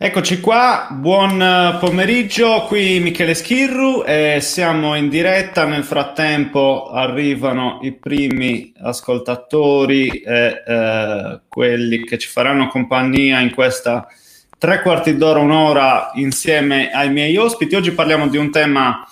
Eccoci qua, buon pomeriggio, qui Michele Schirru e siamo in diretta. Nel frattempo arrivano i primi ascoltatori e quelli che ci faranno compagnia in questa tre quarti d'ora, un'ora insieme ai miei ospiti. Oggi parliamo di un tema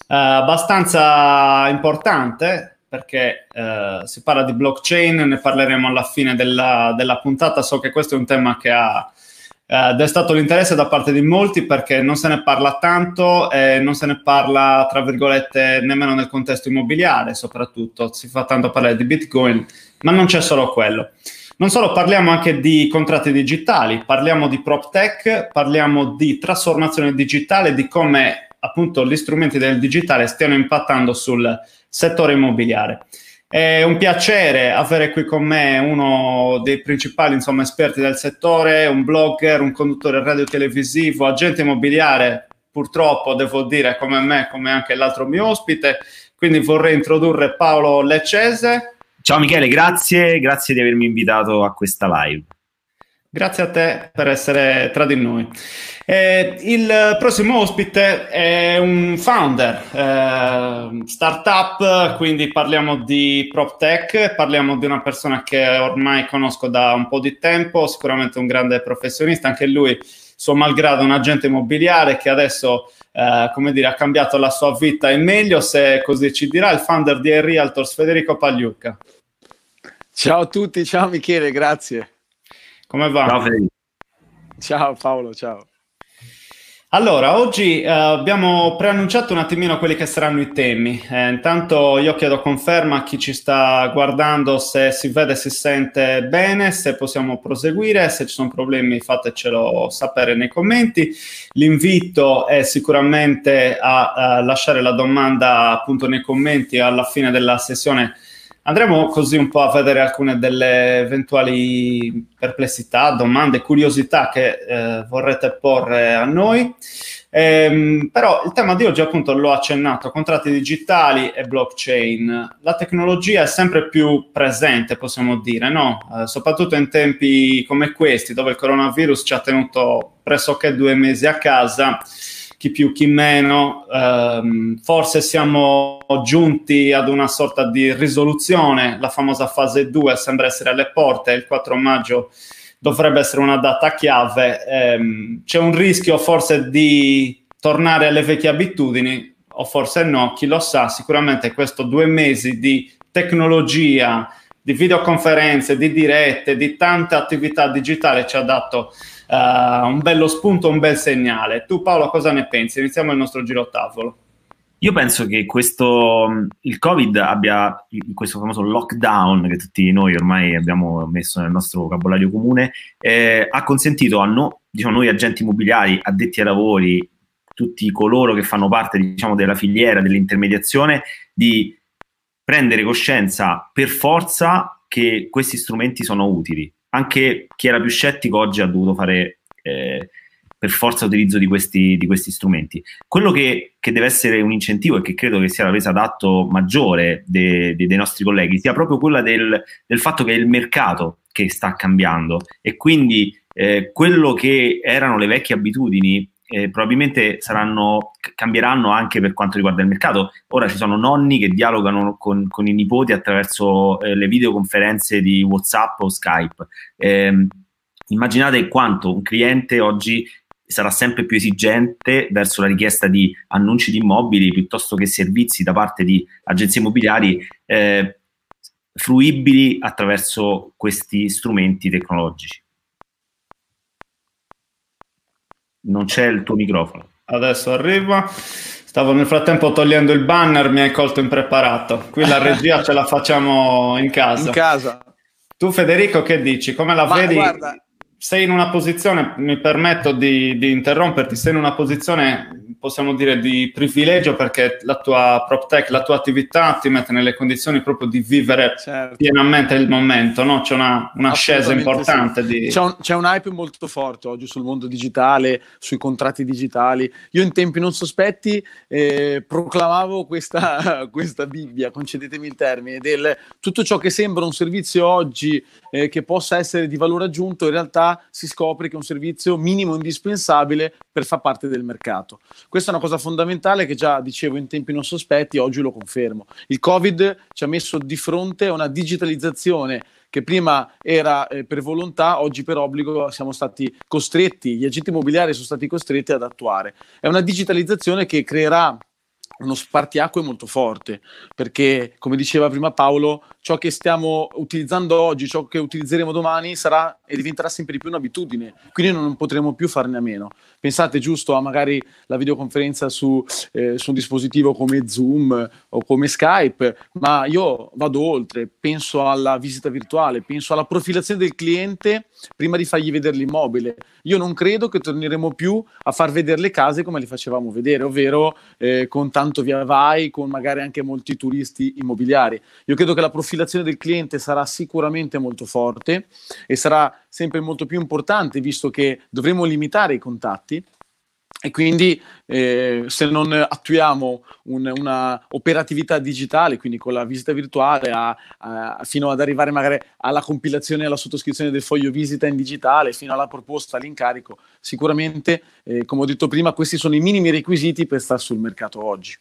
abbastanza importante perché si parla di blockchain, ne parleremo alla fine della puntata. So che questo è un tema che ha destato l'interesse da parte di molti perché non se ne parla tanto e non se ne parla, tra virgolette, nemmeno nel contesto immobiliare. Soprattutto si fa tanto parlare di Bitcoin, ma non c'è solo quello. Non solo, parliamo anche di contratti digitali, parliamo di PropTech, parliamo di trasformazione digitale, di come appunto gli strumenti del digitale stiano impattando sul settore immobiliare. È un piacere avere qui con me uno dei principali, esperti del settore, un blogger, un conduttore radio-televisivo, agente immobiliare, purtroppo devo dire come me, come anche l'altro mio ospite. Quindi vorrei introdurre Paolo Leccese. Ciao Michele, grazie di avermi invitato a questa live. Grazie a te per essere tra di noi. Il prossimo ospite è un founder, startup, quindi parliamo di PropTech, parliamo di una persona che ormai conosco da un po' di tempo, sicuramente un grande professionista, anche lui, suo malgrado, un agente immobiliare che adesso, ha cambiato la sua vita in meglio, se così ci dirà, il founder di iRealtors, Federico Pagliuca. Ciao a tutti, ciao Michele, grazie. Come va? Ciao Federico. Ciao Paolo, ciao. Allora, oggi abbiamo preannunciato un attimino quelli che saranno i temi. Intanto io chiedo conferma a chi ci sta guardando se si vede e si sente bene, se possiamo proseguire, se ci sono problemi fatecelo sapere nei commenti. L'invito è sicuramente a lasciare la domanda appunto nei commenti alla fine della sessione. Andremo così un po' a vedere alcune delle eventuali perplessità, domande, curiosità che vorrete porre a noi. Però il tema di oggi, appunto, l'ho accennato: contratti digitali e blockchain. La tecnologia è sempre più presente, possiamo dire, no? Soprattutto in tempi come questi, dove il coronavirus ci ha tenuto pressoché 2 mesi a casa, chi più chi meno. Forse siamo giunti ad una sorta di risoluzione, la famosa fase 2 sembra essere alle porte, il 4 maggio dovrebbe essere una data chiave. C'è un rischio forse di tornare alle vecchie abitudini, o forse no, chi lo sa. Sicuramente questo 2 mesi di tecnologia, di videoconferenze, di dirette, di tante attività digitali ci ha dato un bello spunto, un bel segnale. Tu Paolo cosa ne pensi? Iniziamo il nostro giro tavolo. Io penso che il Covid abbia, questo famoso lockdown che tutti noi ormai abbiamo messo nel nostro vocabolario comune, ha consentito a noi agenti immobiliari, addetti ai lavori, tutti coloro che fanno parte della filiera dell'intermediazione, di prendere coscienza per forza che questi strumenti sono utili. Anche chi era più scettico oggi ha dovuto fare per forza utilizzo di questi strumenti. Quello che deve essere un incentivo, e che credo che sia la presa d'atto maggiore dei nostri colleghi, sia proprio quella del fatto che è il mercato che sta cambiando, e quindi quello che erano le vecchie abitudini probabilmente cambieranno anche per quanto riguarda il mercato. Ora ci sono nonni che dialogano con i nipoti attraverso le videoconferenze di WhatsApp o Skype. Immaginate quanto un cliente oggi sarà sempre più esigente verso la richiesta di annunci di immobili piuttosto che servizi da parte di agenzie immobiliari fruibili attraverso questi strumenti tecnologici. Non c'è il tuo microfono. Adesso arriva. Stavo nel frattempo togliendo il banner, mi hai colto impreparato. Qui la regia ce la facciamo in casa. In casa. Tu Federico che dici? Come la vedi? Guarda, sei in una posizione, mi permetto di interromperti, sei in una posizione possiamo dire, di privilegio, perché la tua PropTech, la tua attività ti mette nelle condizioni proprio di vivere pienamente il momento, no? C'è una ascesa importante. Sì. C'è un hype molto forte oggi sul mondo digitale, sui contratti digitali. Io in tempi non sospetti proclamavo questa Bibbia, concedetemi il termine, del tutto ciò che sembra un servizio oggi che possa essere di valore aggiunto, in realtà si scopre che è un servizio minimo indispensabile per far parte del mercato. Questa è una cosa fondamentale che già dicevo in tempi non sospetti, oggi lo confermo. Il Covid ci ha messo di fronte a una digitalizzazione che prima era per volontà, oggi per obbligo siamo stati costretti, gli agenti immobiliari sono stati costretti ad attuare. È una digitalizzazione che creerà uno spartiacque molto forte, perché come diceva prima Paolo, ciò che stiamo utilizzando oggi, ciò che utilizzeremo domani sarà e diventerà sempre di più un'abitudine, quindi non potremo più farne a meno. Pensate giusto a magari la videoconferenza su un dispositivo come Zoom o come Skype, ma io vado oltre, penso alla visita virtuale, penso alla profilazione del cliente prima di fargli vedere l'immobile. Io non credo che torneremo più a far vedere le case come le facevamo vedere, ovvero con tanto via vai, con magari anche molti turisti immobiliari. Io credo che la profilazione del cliente sarà sicuramente molto forte e sarà sempre molto più importante, visto che dovremo limitare i contatti. E quindi se non attuiamo una operatività digitale, quindi con la visita virtuale fino ad arrivare magari alla compilazione e alla sottoscrizione del foglio visita in digitale, fino alla proposta, all'incarico, sicuramente, come ho detto prima, questi sono i minimi requisiti per stare sul mercato oggi.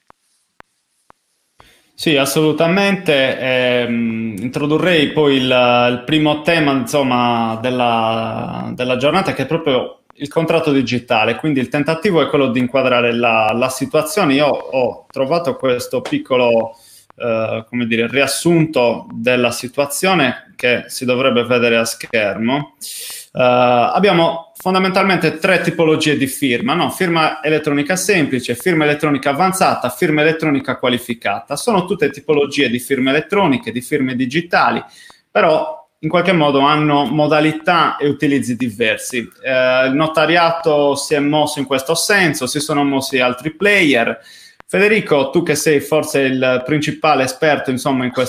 Sì, assolutamente. Introdurrei poi il primo tema, insomma, della giornata, che è proprio il contratto digitale. Quindi il tentativo è quello di inquadrare la situazione. Io ho trovato questo piccolo, come dire, riassunto della situazione che si dovrebbe vedere a schermo. Abbiamo fondamentalmente tre tipologie di firma, no? Firma elettronica semplice, firma elettronica avanzata, firma elettronica qualificata. Sono tutte tipologie di firme elettroniche, di firme digitali, però in qualche modo hanno modalità e utilizzi diversi. Il notariato si è mosso in questo senso, si sono mossi altri player. Federico, tu che sei forse il principale esperto, insomma, in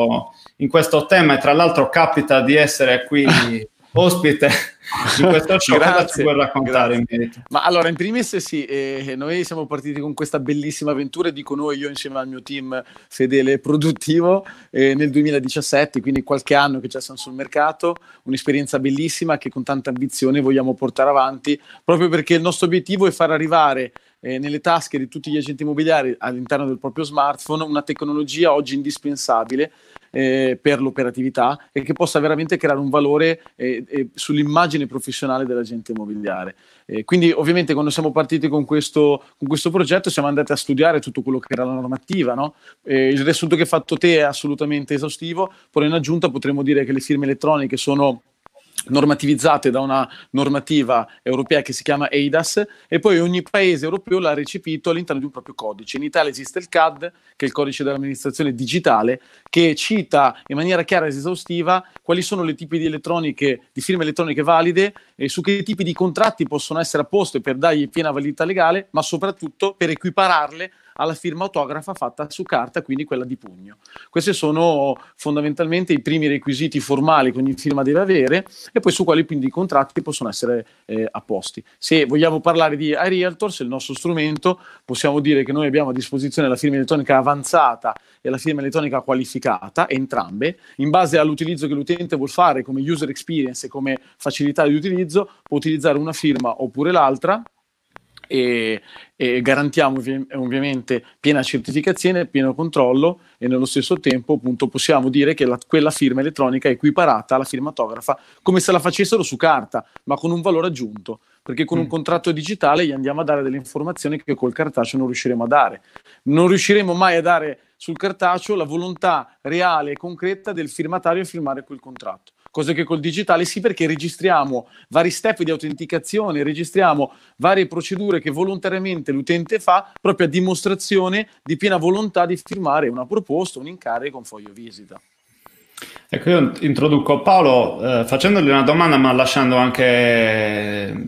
questo tema, e tra l'altro capita di essere qui ospite in questo show, cosa ci puoi raccontare in merito? Ma allora, in primis sì, noi siamo partiti con questa bellissima avventura, dico noi, io insieme al mio team fedele e produttivo, nel 2017, quindi qualche anno che già siamo sul mercato, un'esperienza bellissima che con tanta ambizione vogliamo portare avanti, proprio perché il nostro obiettivo è far arrivare nelle tasche di tutti gli agenti immobiliari all'interno del proprio smartphone una tecnologia oggi indispensabile per l'operatività e che possa veramente creare un valore sull'immagine professionale dell'agente immobiliare. Quindi ovviamente quando siamo partiti con questo progetto siamo andati a studiare tutto quello che era la normativa, no? Il riassunto che hai fatto te è assolutamente esaustivo, però in aggiunta potremmo dire che le firme elettroniche sono normativizzate da una normativa europea che si chiama eIDAS e poi ogni paese europeo l'ha recepito all'interno di un proprio codice. In Italia esiste il CAD, che è il codice dell'amministrazione digitale, che cita in maniera chiara ed esaustiva quali sono le tipi di firme elettroniche valide e su che tipi di contratti possono essere apposte per dargli piena validità legale, ma soprattutto per equipararle alla firma autografa fatta su carta, quindi quella di pugno. Questi sono fondamentalmente i primi requisiti formali che ogni firma deve avere e poi su quali quindi i contratti possono essere apposti. Se vogliamo parlare di iRealtors, il nostro strumento, possiamo dire che noi abbiamo a disposizione la firma elettronica avanzata e la firma elettronica qualificata, entrambe, in base all'utilizzo che l'utente vuol fare come user experience e come facilità di utilizzo, può utilizzare una firma oppure l'altra, e garantiamo ovviamente piena certificazione, pieno controllo e nello stesso tempo appunto possiamo dire che quella firma elettronica è equiparata alla firma autografa come se la facessero su carta, ma con un valore aggiunto, perché con un contratto digitale gli andiamo a dare delle informazioni che col cartaceo non riusciremo a dare. Non riusciremo mai a dare sul cartaceo la volontà reale e concreta del firmatario a firmare quel contratto. Cosa che col digitale sì, perché registriamo vari step di autenticazione, registriamo varie procedure che volontariamente l'utente fa proprio a dimostrazione di piena volontà di firmare una proposta, un incarico, un foglio visita. Ecco, io introduco Paolo facendogli una domanda, ma lasciando anche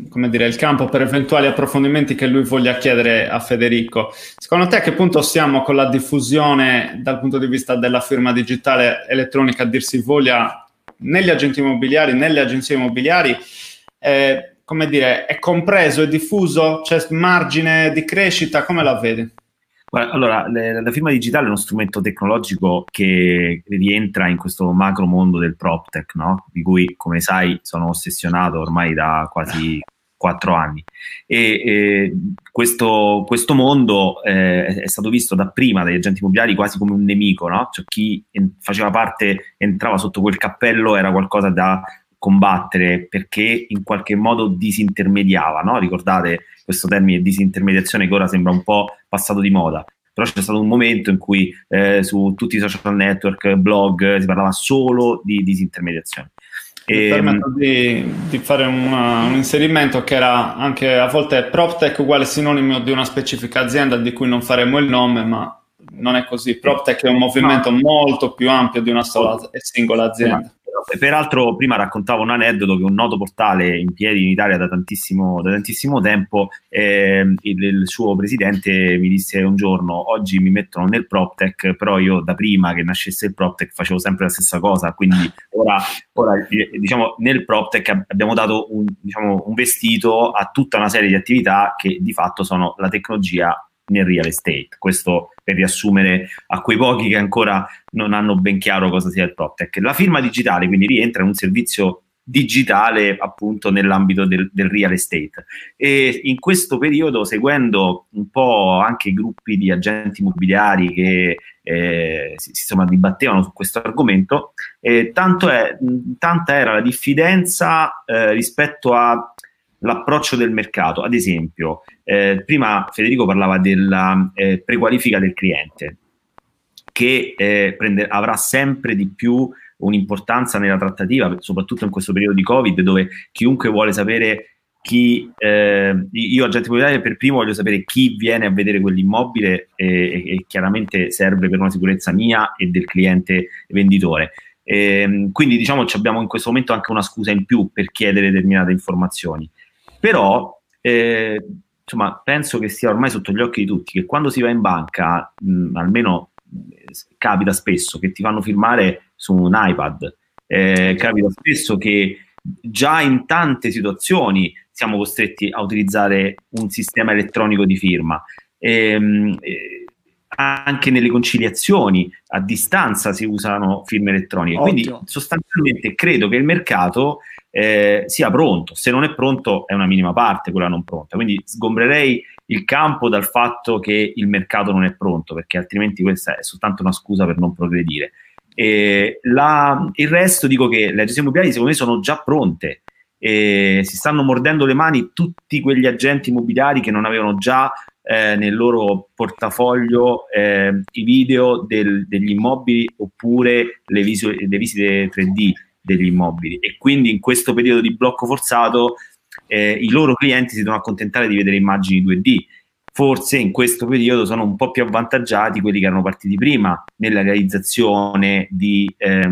come dire, il campo per eventuali approfondimenti che lui voglia chiedere a Federico. Secondo te a che punto siamo con la diffusione dal punto di vista della firma digitale elettronica, a dir si voglia, negli agenti immobiliari, nelle agenzie immobiliari? Come dire, è compreso, è diffuso? C'è margine di crescita? Come la vedi? Guarda, allora, la firma digitale è uno strumento tecnologico che rientra in questo macro mondo del PropTech, no? Di cui, come sai, sono ossessionato ormai da quasi 4 anni. E questo mondo è stato visto dapprima dagli agenti immobiliari quasi come un nemico, no? Cioè chi faceva parte, entrava sotto quel cappello, era qualcosa da combattere perché in qualche modo disintermediava, no? Ricordate questo termine disintermediazione che ora sembra un po' passato di moda, però c'è stato un momento in cui su tutti i social network, blog, si parlava solo di disintermediazione. Mi permetto di fare un inserimento che era anche a volte PropTech uguale sinonimo di una specifica azienda di cui non faremo il nome, ma non è così. PropTech è un movimento molto più ampio di una sola e singola azienda. Peraltro prima raccontavo un aneddoto che un noto portale in piedi in Italia da tantissimo tempo, il suo presidente mi disse un giorno: oggi mi mettono nel PropTech, però io da prima che nascesse il PropTech facevo sempre la stessa cosa, quindi ora diciamo nel PropTech abbiamo dato un vestito a tutta una serie di attività che di fatto sono la tecnologia nel real estate. Questo per riassumere a quei pochi che ancora non hanno ben chiaro cosa sia il PropTech. La firma digitale quindi rientra in un servizio digitale appunto nell'ambito del real estate, e in questo periodo, seguendo un po' anche i gruppi di agenti immobiliari che insomma dibattevano su questo argomento, tanta era la diffidenza rispetto a l'approccio del mercato. Ad esempio, prima Federico parlava della prequalifica del cliente, che avrà sempre di più un'importanza nella trattativa, soprattutto in questo periodo di Covid, dove chiunque vuole sapere io agente immobiliare per primo voglio sapere chi viene a vedere quell'immobile, e chiaramente serve per una sicurezza mia e del cliente venditore. Quindi diciamo abbiamo in questo momento anche una scusa in più per chiedere determinate informazioni. Però insomma penso che sia ormai sotto gli occhi di tutti che quando si va in banca, almeno capita spesso che ti fanno firmare su un iPad, capita spesso che già in tante situazioni siamo costretti a utilizzare un sistema elettronico di firma. Anche nelle conciliazioni a distanza si usano firme elettroniche. Ottimo. Quindi sostanzialmente credo che il mercato sia pronto. Se non è pronto è una minima parte quella non pronta, quindi sgombrerei il campo dal fatto che il mercato non è pronto, perché altrimenti questa è soltanto una scusa per non progredire. Il resto dico che le agenzie immobiliari secondo me sono già pronte, e si stanno mordendo le mani tutti quegli agenti immobiliari che non avevano già nel loro portafoglio i video degli immobili oppure le visite 3D degli immobili, e quindi in questo periodo di blocco forzato i loro clienti si devono accontentare di vedere immagini 2D. Forse in questo periodo sono un po' più avvantaggiati quelli che erano partiti prima nella realizzazione di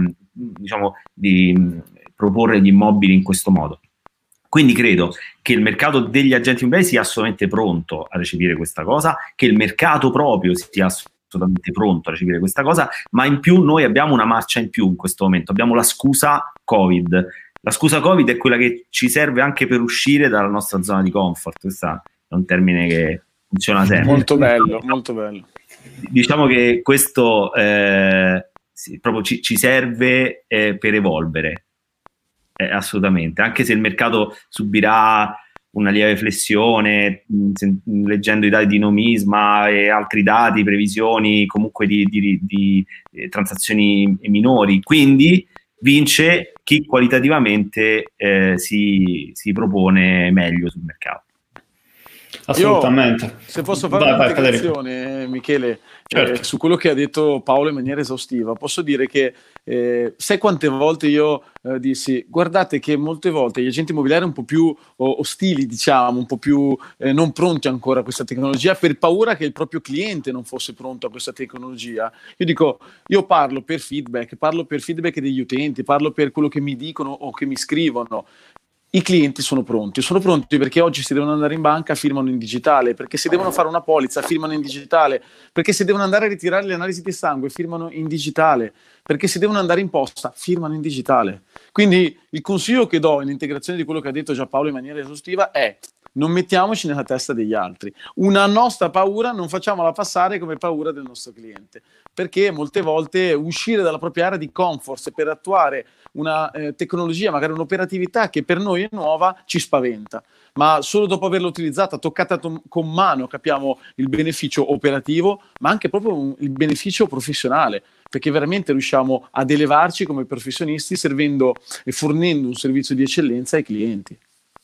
proporre gli immobili in questo modo. Quindi credo che il mercato degli agenti immobiliari sia assolutamente pronto a recepire questa cosa, che il mercato proprio sia assolutamente pronto a recepire questa cosa, ma in più noi abbiamo una marcia in più in questo momento, abbiamo la scusa Covid. La scusa Covid è quella che ci serve anche per uscire dalla nostra zona di comfort. Questo è un termine che funziona sempre. Molto bello, molto bello. Diciamo che questo proprio ci serve per evolvere. Assolutamente, anche se il mercato subirà una lieve flessione, leggendo i dati di Nomisma e altri dati, previsioni comunque di transazioni minori, quindi vince chi qualitativamente si propone meglio sul mercato. Assolutamente. Io, se posso fare un'integrazione, Michele, certo. su quello che ha detto Paolo in maniera esaustiva, posso dire che sai quante volte io dissi: guardate che molte volte gli agenti immobiliari un po' più ostili, diciamo, un po' più non pronti ancora a questa tecnologia, per paura che il proprio cliente non fosse pronto a questa tecnologia. Io dico, io parlo per feedback degli utenti, parlo per quello che mi dicono o che mi scrivono. I clienti sono pronti perché oggi se devono andare in banca firmano in digitale, perché se devono fare una polizza firmano in digitale, perché se devono andare a ritirare le analisi di sangue firmano in digitale, perché se devono andare in posta firmano in digitale. Quindi il consiglio che do in integrazione di quello che ha detto già Paolo in maniera esaustiva è: non mettiamoci nella testa degli altri. Una nostra paura non facciamola passare come paura del nostro cliente, perché molte volte uscire dalla propria area di comfort per attuare una tecnologia, magari un'operatività che per noi è nuova, ci spaventa. Ma solo dopo averla utilizzata, toccata con mano, capiamo il beneficio operativo, ma anche proprio il beneficio professionale, perché veramente riusciamo ad elevarci come professionisti servendo e fornendo un servizio di eccellenza ai clienti.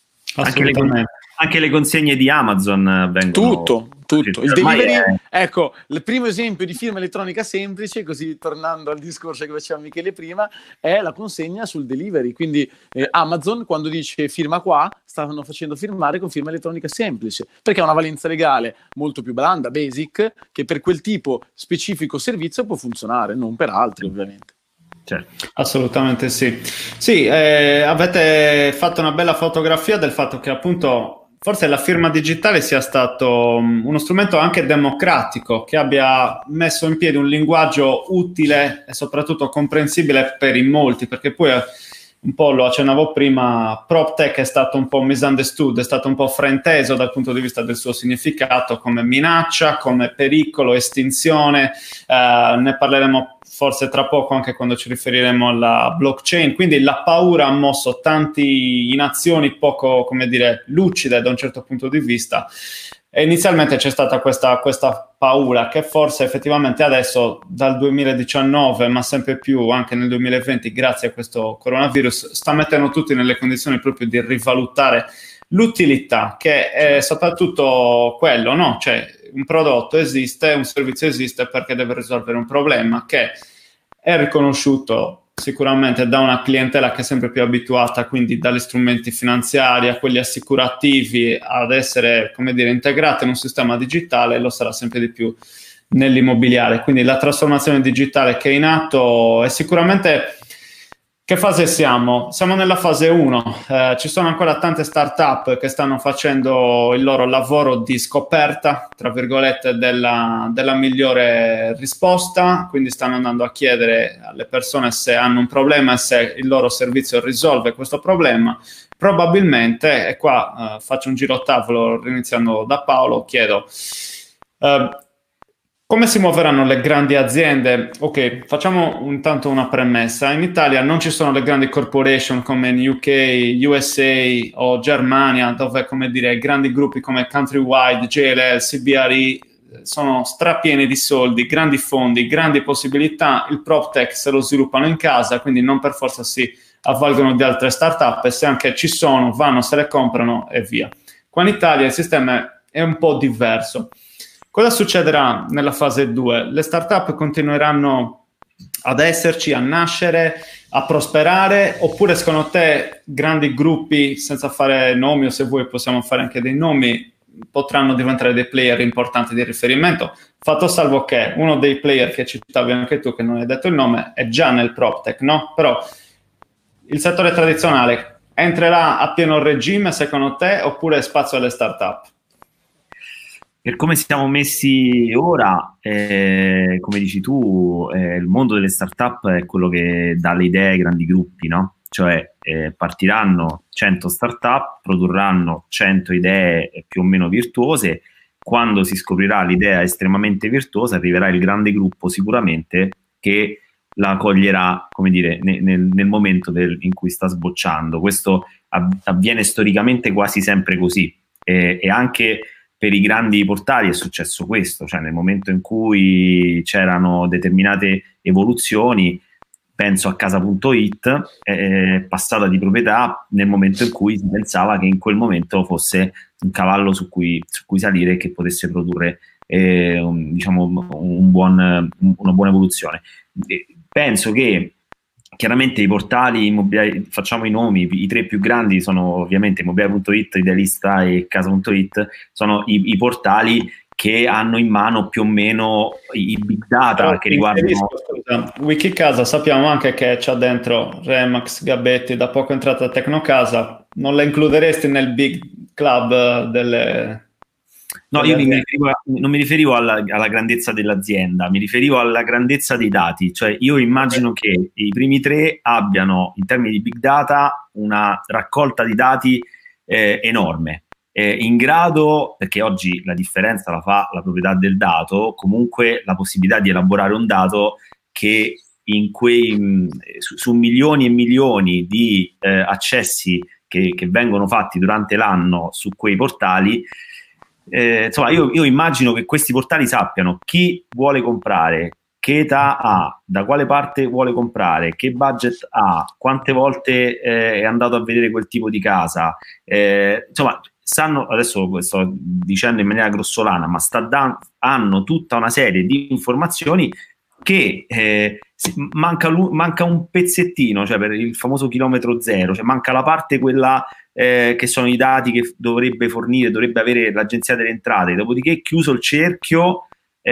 Anche le consegne di Amazon vengono... Tutto. Il delivery, ecco, il primo esempio di firma elettronica semplice, così tornando al discorso che faceva Michele prima, è la consegna sul delivery. Quindi Amazon, quando dice firma qua, stanno facendo firmare con firma elettronica semplice, perché ha una valenza legale molto più blanda, basic, che per quel tipo specifico servizio può funzionare, non per altri ovviamente. Certo. Assolutamente sì. Sì, avete fatto una bella fotografia del fatto che appunto forse la firma digitale sia stato uno strumento anche democratico, che abbia messo in piedi un linguaggio utile e soprattutto comprensibile per in molti, perché poi un po' lo accennavo prima, PropTech è stato un po' misunderstood, è stato un po' frainteso dal punto di vista del suo significato come minaccia, come pericolo, estinzione, ne parleremo forse tra poco anche quando ci riferiremo alla blockchain. Quindi la paura ha mosso tanti in azioni poco, come dire, lucide da un certo punto di vista. E inizialmente c'è stata questa paura che forse effettivamente adesso dal 2019, ma sempre più anche nel 2020, grazie a questo coronavirus, sta mettendo tutti nelle condizioni proprio di rivalutare l'utilità, che è soprattutto quello, no? Cioè un prodotto esiste, un servizio esiste perché deve risolvere un problema che è riconosciuto sicuramente da una clientela che è sempre più abituata, quindi dagli strumenti finanziari a quelli assicurativi, ad essere, come dire, integrata in un sistema digitale, e lo sarà sempre di più nell'immobiliare. Quindi la trasformazione digitale che è in atto è sicuramente... Che fase siamo? Siamo nella fase 1, ci sono ancora tante start-up che stanno facendo il loro lavoro di scoperta, tra virgolette, della migliore risposta, quindi stanno andando a chiedere alle persone se hanno un problema e se il loro servizio risolve questo problema. Probabilmente, e qua faccio un giro tavolo iniziando da Paolo, chiedo... come si muoveranno le grandi aziende? Ok, facciamo intanto una premessa. In Italia non ci sono le grandi corporation come in UK, USA o Germania, dove, come dire, grandi gruppi come Countrywide, JLL, CBRE sono strapieni di soldi, grandi fondi, grandi possibilità. Il PropTech se lo sviluppano in casa, quindi non per forza si avvalgono di altre startup, e se anche ci sono, vanno, se le comprano e via. Qua in Italia il sistema è un po' diverso. Cosa succederà nella fase 2? Le startup continueranno ad esserci, a nascere, a prosperare, oppure secondo te grandi gruppi, senza fare nomi, o se vuoi possiamo fare anche dei nomi, potranno diventare dei player importanti di riferimento? Fatto salvo che uno dei player che citavi anche tu, che non hai detto il nome, è già nel PropTech, no? Però il settore tradizionale entrerà a pieno regime secondo te, oppure spazio alle startup? Per come siamo messi ora, come dici tu, il mondo delle startup è quello che dà le idee ai grandi gruppi, no? Cioè partiranno 100 startup, produrranno 100 idee più o meno virtuose. Quando si scoprirà l'idea estremamente virtuosa, arriverà il grande gruppo sicuramente che la coglierà, come dire, nel momento in cui sta sbocciando. Questo avviene storicamente quasi sempre così, e anche per i grandi portali è successo questo, cioè nel momento in cui c'erano determinate evoluzioni, penso a Casa.it, è passata di proprietà nel momento in cui si pensava che in quel momento fosse un cavallo su cui salire e che potesse produrre diciamo una buona evoluzione. Penso che chiaramente i portali immobiliari, facciamo i nomi, i tre più grandi sono ovviamente Immobiliare.it, Idealista e Casa.it, sono i portali che hanno in mano più o meno i big data che riguardano... Wikicasa, sappiamo anche che c'ha dentro Remax, Gabetti, da poco entrata Tecnocasa, non la includeresti nel big club delle... No, io non mi riferivo alla grandezza dell'azienda, mi riferivo alla grandezza dei dati, cioè io immagino che i primi tre abbiano in termini di big data una raccolta di dati enorme, in grado, perché oggi la differenza la fa la proprietà del dato, comunque la possibilità di elaborare un dato che su milioni e milioni di accessi che vengono fatti durante l'anno su quei portali. Insomma, io immagino che questi portali sappiano chi vuole comprare, che età ha, da quale parte vuole comprare, che budget ha, quante volte è andato a vedere quel tipo di casa, insomma, sanno, adesso lo sto dicendo in maniera grossolana, ma hanno tutta una serie di informazioni che manca un pezzettino, cioè per il famoso chilometro zero, cioè manca la parte quella che sono i dati che dovrebbe avere l'Agenzia delle Entrate, dopodiché chiuso il cerchio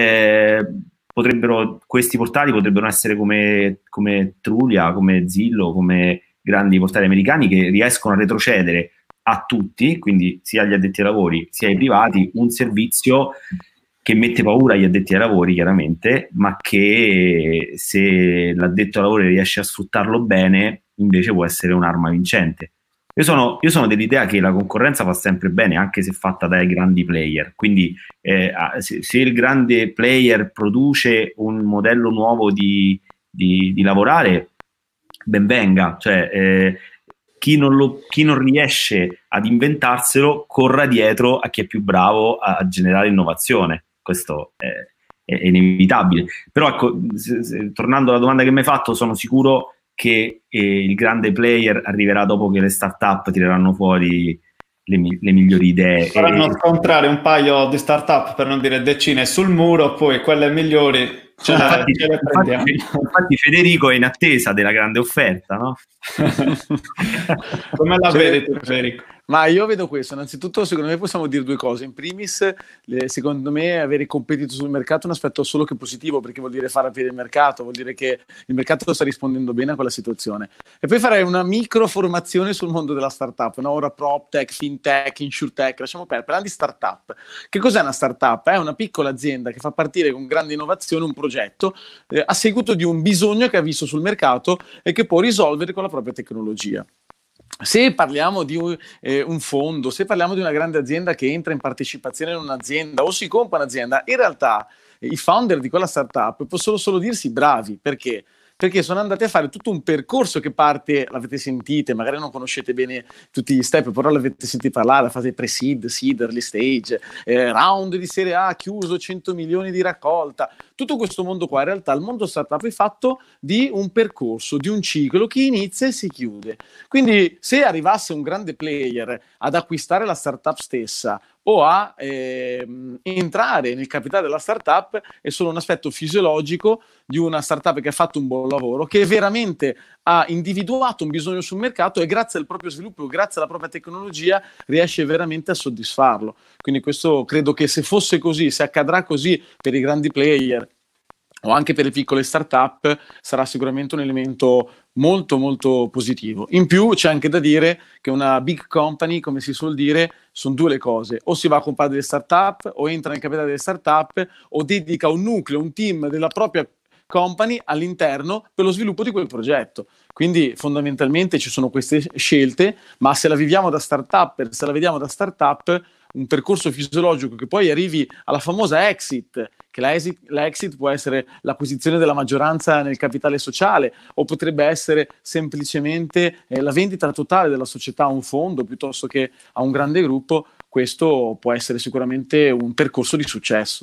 questi portali potrebbero essere come Trulia, come Zillow, come grandi portali americani che riescono a retrocedere a tutti, quindi sia agli addetti ai lavori sia ai privati, un servizio che mette paura agli addetti ai lavori chiaramente, ma che se l'addetto ai lavori riesce a sfruttarlo bene invece può essere un'arma vincente. Io sono dell'idea che la concorrenza fa sempre bene, anche se fatta dai grandi player, quindi se il grande player produce un modello nuovo di lavorare, ben venga, cioè chi non riesce ad inventarselo corra dietro a chi è più bravo a generare innovazione. Questo è inevitabile. Però ecco, tornando alla domanda che mi hai fatto, sono sicuro che il grande player arriverà dopo che le start-up tireranno fuori le migliori idee. Faranno scontrare un paio di start-up, per non dire decine, sul muro, poi quelle migliori ce le prendiamo. Infatti Federico è in attesa della grande offerta, no? Come la vedi tu, Federico? Ma io vedo questo, innanzitutto secondo me possiamo dire due cose. In primis, secondo me avere competitor sul mercato è un aspetto solo che positivo, perché vuol dire far aprire il mercato, vuol dire che il mercato sta rispondendo bene a quella situazione. E poi farei una micro formazione sul mondo della startup, no? Ora PropTech, FinTech, InsurTech, lasciamo perdere, parliamo di startup. Che cos'è una startup? È una piccola azienda che fa partire con grande innovazione un progetto a seguito di un bisogno che ha visto sul mercato e che può risolvere con la propria tecnologia. Se parliamo di un fondo, se parliamo di una grande azienda che entra in partecipazione in un'azienda o si compra un'azienda, in realtà i founder di quella startup possono solo dirsi bravi. Perché? Perché sono andati a fare tutto un percorso che parte, l'avete sentite, magari non conoscete bene tutti gli step, però l'avete sentito parlare, la fase pre-seed, seed, early stage, round di serie A, chiuso, 100 milioni di raccolta. Tutto questo mondo qua, in realtà il mondo startup è fatto di un percorso, di un ciclo che inizia e si chiude. Quindi se arrivasse un grande player ad acquistare la startup stessa o a entrare nel capitale della startup, è solo un aspetto fisiologico di una startup che ha fatto un buon lavoro, che veramente ha individuato un bisogno sul mercato e grazie al proprio sviluppo, grazie alla propria tecnologia, riesce veramente a soddisfarlo. Quindi questo credo che se fosse così, se accadrà così per i grandi player o anche per le piccole startup, sarà sicuramente un elemento molto molto positivo. In più c'è anche da dire che una big company, come si suol dire, sono due le cose: o si va a comprare delle startup, o entra nel capitale delle startup, o dedica un nucleo, un team della propria company all'interno per lo sviluppo di quel progetto. Quindi fondamentalmente ci sono queste scelte, ma se la viviamo da startup, se la vediamo da startup, un percorso fisiologico che poi arrivi alla famosa exit, che la exit può essere l'acquisizione della maggioranza nel capitale sociale, o potrebbe essere semplicemente la vendita totale della società a un fondo piuttosto che a un grande gruppo. Questo può essere sicuramente un percorso di successo.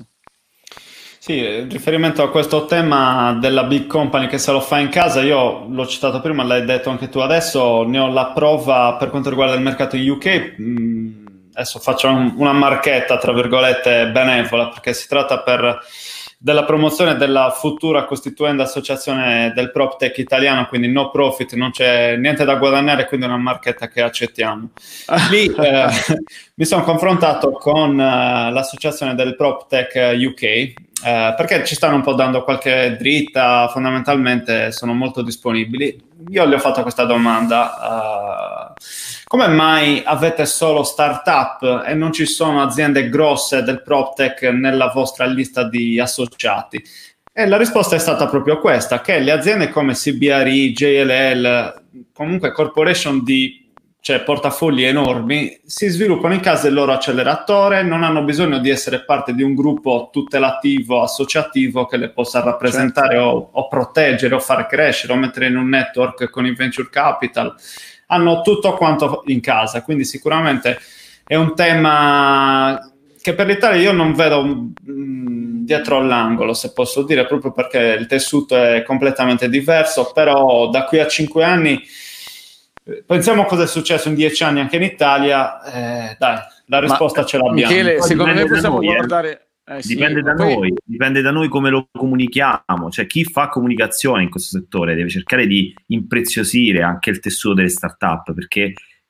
Sì, in riferimento a questo tema della big company che se lo fa in casa, io l'ho citato prima, l'hai detto anche tu adesso, ne ho la prova per quanto riguarda il mercato UK. Adesso faccio una marchetta, tra virgolette, benevola, perché si tratta della promozione della futura costituenda associazione del PropTech italiano, quindi no profit, non c'è niente da guadagnare, quindi una marchetta che accettiamo. Lì mi sono confrontato con l'associazione del PropTech UK, perché ci stanno un po' dando qualche dritta, fondamentalmente sono molto disponibili. Io gli ho fatto questa domanda: come mai avete solo startup e non ci sono aziende grosse del PropTech nella vostra lista di associati? E la risposta è stata proprio questa, che le aziende come CBRE, JLL, comunque corporation cioè portafogli enormi, si sviluppano in casa del loro acceleratore, non hanno bisogno di essere parte di un gruppo tutelativo, associativo che le possa rappresentare, certo, o proteggere, o far crescere, o mettere in un network con il venture capital. Hanno tutto quanto in casa, quindi sicuramente è un tema che per l'Italia io non vedo dietro l'angolo, se posso dire, proprio perché il tessuto è completamente diverso, però da qui a 5 anni... Pensiamo cosa è successo in 10 anni anche in Italia, dai, la risposta ce l'abbiamo. Michele, secondo me possiamo guardare... Dipende da noi, dipende da noi come lo comunichiamo, cioè chi fa comunicazione in questo settore deve cercare di impreziosire anche il tessuto delle start-up, perché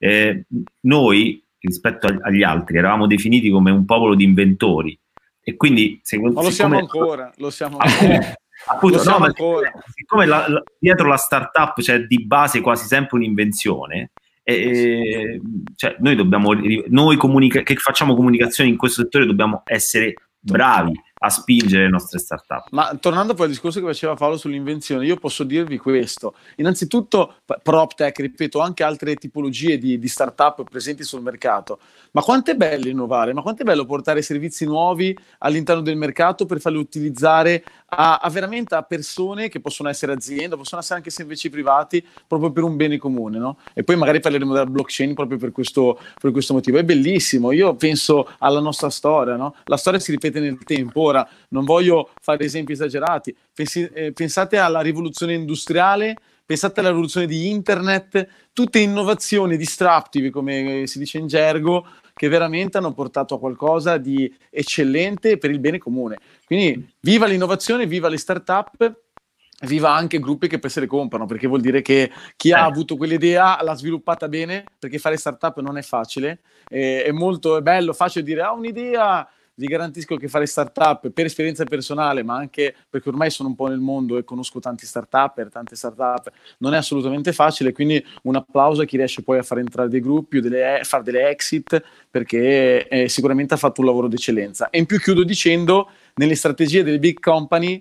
noi rispetto agli altri eravamo definiti come un popolo di inventori e quindi ma lo siamo ancora. Appunto, siccome dietro la startup c'è di base quasi sempre un'invenzione, cioè noi che facciamo comunicazione in questo settore dobbiamo essere bravi a spingere le nostre startup. Ma tornando poi al discorso che faceva Paolo sull'invenzione, io posso dirvi questo: innanzitutto PropTech, ripeto, anche altre tipologie di startup presenti sul mercato, ma quanto è bello innovare, ma quanto è bello portare servizi nuovi all'interno del mercato per farli utilizzare veramente a persone che possono essere aziende, possono essere anche servizi privati, proprio per un bene comune, no? E poi magari parleremo della blockchain proprio per questo motivo. È bellissimo, io penso alla nostra storia, no? La storia si ripete nel tempo. Ora, non voglio fare esempi esagerati, pensate alla rivoluzione industriale, pensate alla rivoluzione di internet, tutte innovazioni disruptive, come si dice in gergo, che veramente hanno portato a qualcosa di eccellente per il bene comune. Quindi viva l'innovazione, viva le start-up, viva anche gruppi che poi se le comprano, perché vuol dire che chi ha avuto quell'idea l'ha sviluppata bene, perché fare start-up non è facile, è bello, facile dire un'idea. Vi garantisco che fare startup per esperienza personale, ma anche perché ormai sono un po' nel mondo e conosco tanti startup, non è assolutamente facile, quindi un applauso a chi riesce poi a fare entrare dei gruppi o fare delle exit, perché sicuramente ha fatto un lavoro d'eccellenza. E in più chiudo dicendo, nelle strategie delle big company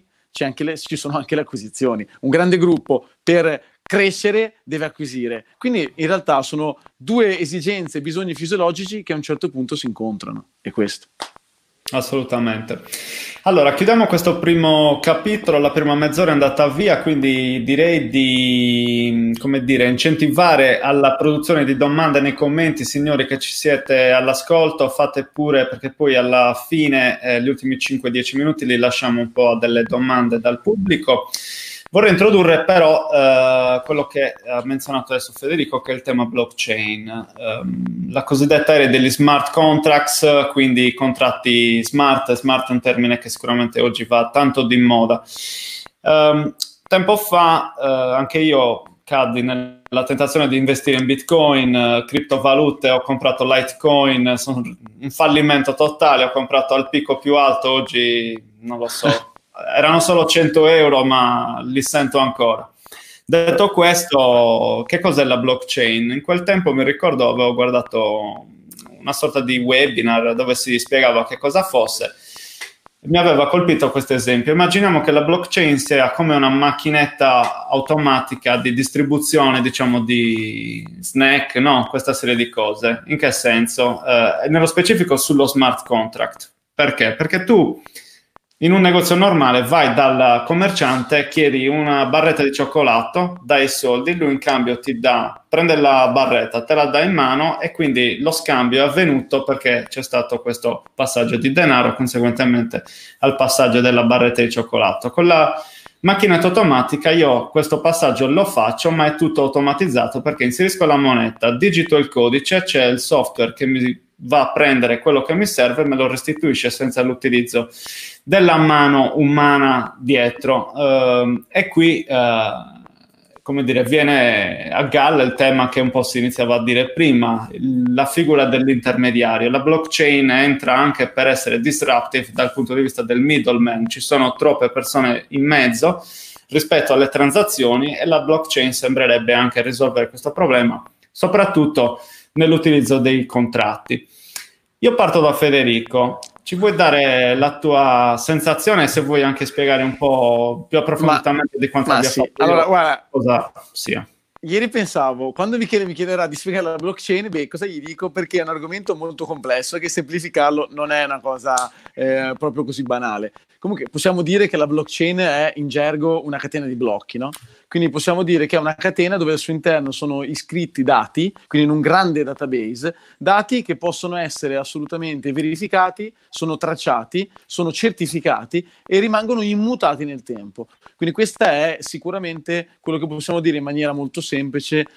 ci sono anche le acquisizioni. Un grande gruppo per crescere deve acquisire. Quindi in realtà sono due esigenze, bisogni fisiologici che a un certo punto si incontrano. È questo. Assolutamente. Allora, chiudiamo questo primo capitolo, la prima mezz'ora è andata via, quindi direi di, incentivare alla produzione di domande nei commenti, signori che ci siete all'ascolto, fate pure, perché poi alla fine, gli ultimi 5-10 minuti li lasciamo un po' a delle domande dal pubblico. Vorrei introdurre però quello che ha menzionato adesso Federico, che è il tema blockchain, la cosiddetta era degli smart contracts, quindi contratti smart è un termine che sicuramente oggi va tanto di moda. Tempo fa anche io caddi nella tentazione di investire in Bitcoin, criptovalute, ho comprato Litecoin, sono un fallimento totale, ho comprato al picco più alto, oggi non lo so. Erano solo 100 euro, ma li sento ancora. Detto questo, che cos'è la blockchain? In quel tempo mi ricordo avevo guardato una sorta di webinar dove si spiegava che cosa fosse. Mi aveva colpito questo esempio. Immaginiamo che la blockchain sia come una macchinetta automatica di distribuzione, diciamo, di snack, no? Questa serie di cose. In che senso? Nello specifico sullo smart contract. Perché? Perché tu in un negozio normale vai dal commerciante, chiedi una barretta di cioccolato, dai i soldi, lui in cambio prende la barretta, te la dà in mano e quindi lo scambio è avvenuto perché c'è stato questo passaggio di denaro conseguentemente al passaggio della barretta di cioccolato. Con la macchinetta automatica io questo passaggio lo faccio, ma è tutto automatizzato perché inserisco la moneta, digito il codice, c'è il software che mi va a prendere quello che mi serve e me lo restituisce senza l'utilizzo della mano umana dietro. E qui come dire, viene a galla il tema che un po' si iniziava a dire prima, la figura dell'intermediario. La blockchain entra anche per essere disruptive dal punto di vista del middleman. Ci sono troppe persone in mezzo rispetto alle transazioni e la blockchain sembrerebbe anche risolvere questo problema, soprattutto nell'utilizzo dei contratti. Io parto da Federico. Ci vuoi dare la tua sensazione, se vuoi anche spiegare un po' più approfonditamente di quanto abbia fatto io, allora, guarda, cosa sia? Ieri pensavo, quando mi chiederà di spiegare la blockchain, cosa gli dico? Perché è un argomento molto complesso e che semplificarlo non è una cosa proprio così banale. Comunque possiamo dire che la blockchain è in gergo una catena di blocchi, no? Quindi possiamo dire che è una catena dove al suo interno sono iscritti dati, quindi in un grande database, dati che possono essere assolutamente verificati, sono tracciati, sono certificati e rimangono immutati nel tempo. Quindi questo è sicuramente quello che possiamo dire in maniera molto semplice,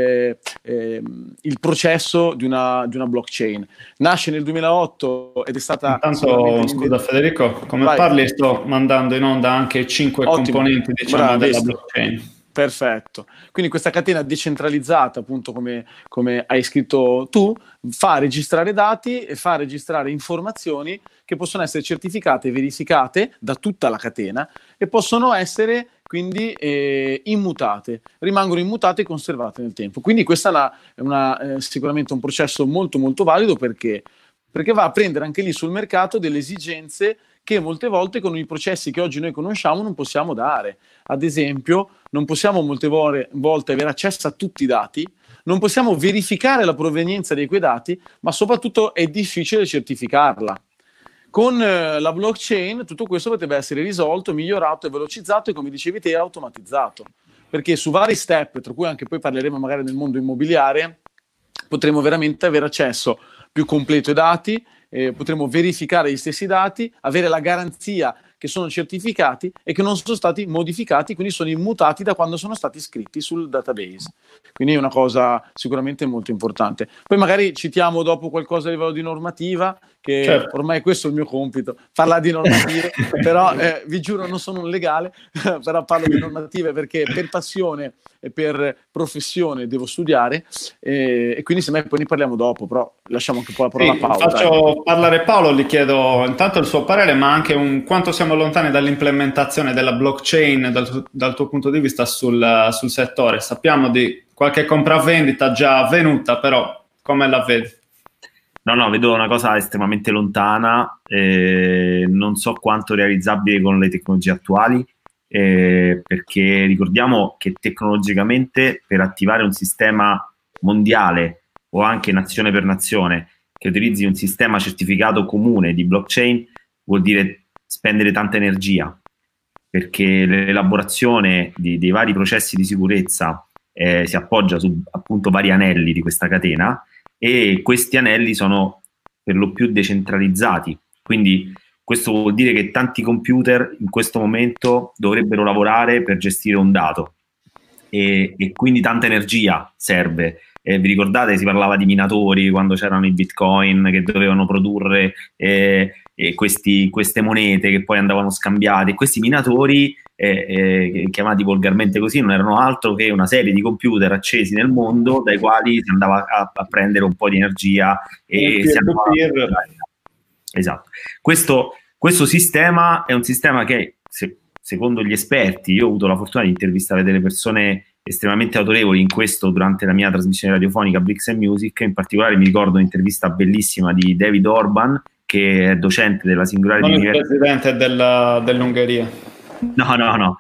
il processo di una blockchain. Nasce nel 2008 ed è stata... Intanto, scusa Federico, come parli sto mandando in onda anche i 5 componenti, diciamo, della blockchain. Perfetto. Quindi questa catena decentralizzata, appunto come hai scritto tu, fa registrare dati e fa registrare informazioni che possono essere certificate e verificate da tutta la catena e possono essere quindi immutate, rimangono immutate e conservate nel tempo. Quindi questa è sicuramente un processo molto molto valido perché va a prendere anche lì sul mercato delle esigenze che molte volte con i processi che oggi noi conosciamo non possiamo dare. Ad esempio, non possiamo molte volte avere accesso a tutti i dati, non possiamo verificare la provenienza di quei dati, ma soprattutto è difficile certificarla. Con la blockchain tutto questo potrebbe essere risolto, migliorato e velocizzato e, come dicevi te, automatizzato. Perché su vari step, tra cui anche poi parleremo magari del mondo immobiliare, potremo veramente avere accesso più completo ai dati, potremo verificare gli stessi dati, avere la garanzia che sono certificati e che non sono stati modificati, quindi sono immutati da quando sono stati iscritti sul database. Quindi è una cosa sicuramente molto importante. Poi magari citiamo dopo qualcosa a livello di normativa, che certo, ormai questo è il mio compito, parlare di normative, però vi giuro non sono un legale, però parlo di normative perché per passione e per professione devo studiare e quindi se mai poi ne parliamo dopo, però lasciamo anche un po' la parola a Paolo. Faccio parlare Paolo, gli chiedo intanto il suo parere, ma anche quanto siamo lontani dall'implementazione della blockchain dal tuo punto di vista sul settore. Sappiamo di qualche compravendita già avvenuta, però come la vedi? No, vedo una cosa estremamente lontana, non so quanto realizzabile con le tecnologie attuali, perché ricordiamo che tecnologicamente per attivare un sistema mondiale o anche nazione per nazione che utilizzi un sistema certificato comune di blockchain vuol dire spendere tanta energia, perché l'elaborazione dei vari processi di sicurezza si appoggia su appunto vari anelli di questa catena e questi anelli sono per lo più decentralizzati, quindi questo vuol dire che tanti computer in questo momento dovrebbero lavorare per gestire un dato e quindi tanta energia serve. Vi ricordate, si parlava di minatori quando c'erano i bitcoin che dovevano produrre queste monete che poi andavano scambiate. Questi minatori, chiamati volgarmente così, non erano altro che una serie di computer accesi nel mondo dai quali si andava a prendere un po' di energia e si andava esatto. Questo sistema è un sistema che, secondo gli esperti, io ho avuto la fortuna di intervistare delle persone estremamente autorevoli in questo durante la mia trasmissione radiofonica Bricks and Music. In particolare mi ricordo un'intervista bellissima di David Orban, che è docente della Singularity University. Non il presidente dell'Ungheria. No.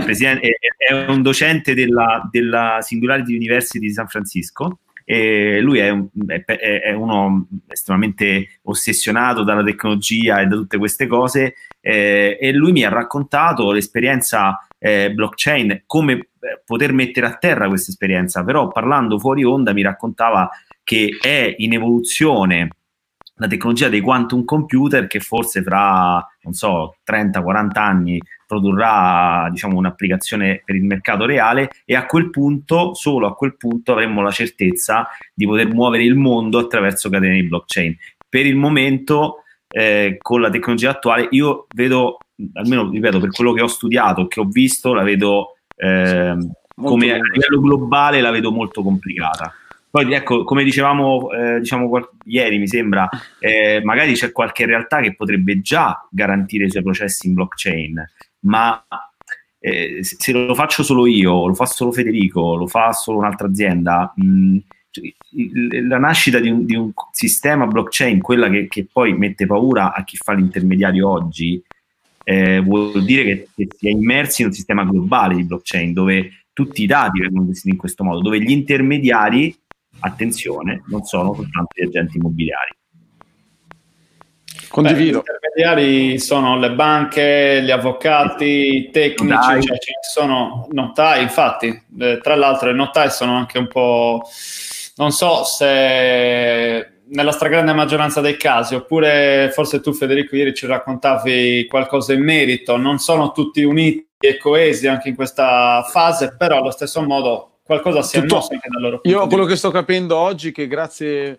È un docente della Singularity University di San Francisco. E lui è uno estremamente ossessionato dalla tecnologia e da tutte queste cose, e lui mi ha raccontato l'esperienza blockchain, come poter mettere a terra questa esperienza, però parlando fuori onda mi raccontava che è in evoluzione la tecnologia dei quantum computer, che forse fra, non so, 30-40 anni produrrà, diciamo, un'applicazione per il mercato reale, e a quel punto, solo a quel punto, avremo la certezza di poter muovere il mondo attraverso catene di blockchain. Per il momento, con la tecnologia attuale, io vedo, almeno ripeto, per quello che ho studiato, che ho visto, la vedo come a livello globale la vedo molto complicata. Poi ecco, come dicevamo ieri, mi sembra, magari c'è qualche realtà che potrebbe già garantire i suoi processi in blockchain, ma se lo faccio solo io, lo fa solo Federico, lo fa solo un'altra azienda, la nascita di un sistema blockchain, quella che poi mette paura a chi fa l'intermediario oggi, vuol dire che si è immersi in un sistema globale di blockchain, dove tutti i dati vengono gestiti in questo modo, dove gli intermediari, attenzione, non sono soltanto gli agenti immobiliari. Condivido. Gli intermediari sono le banche, gli avvocati, i tecnici, cioè ci sono notai, infatti, tra l'altro i notai sono anche un po', non so se nella stragrande maggioranza dei casi, oppure forse tu Federico ieri ci raccontavi qualcosa in merito, non sono tutti uniti e coesi anche in questa fase, però allo stesso modo qualcosa si è mosso anche dal loro punto Io di quello vista. che sto capendo oggi, che grazie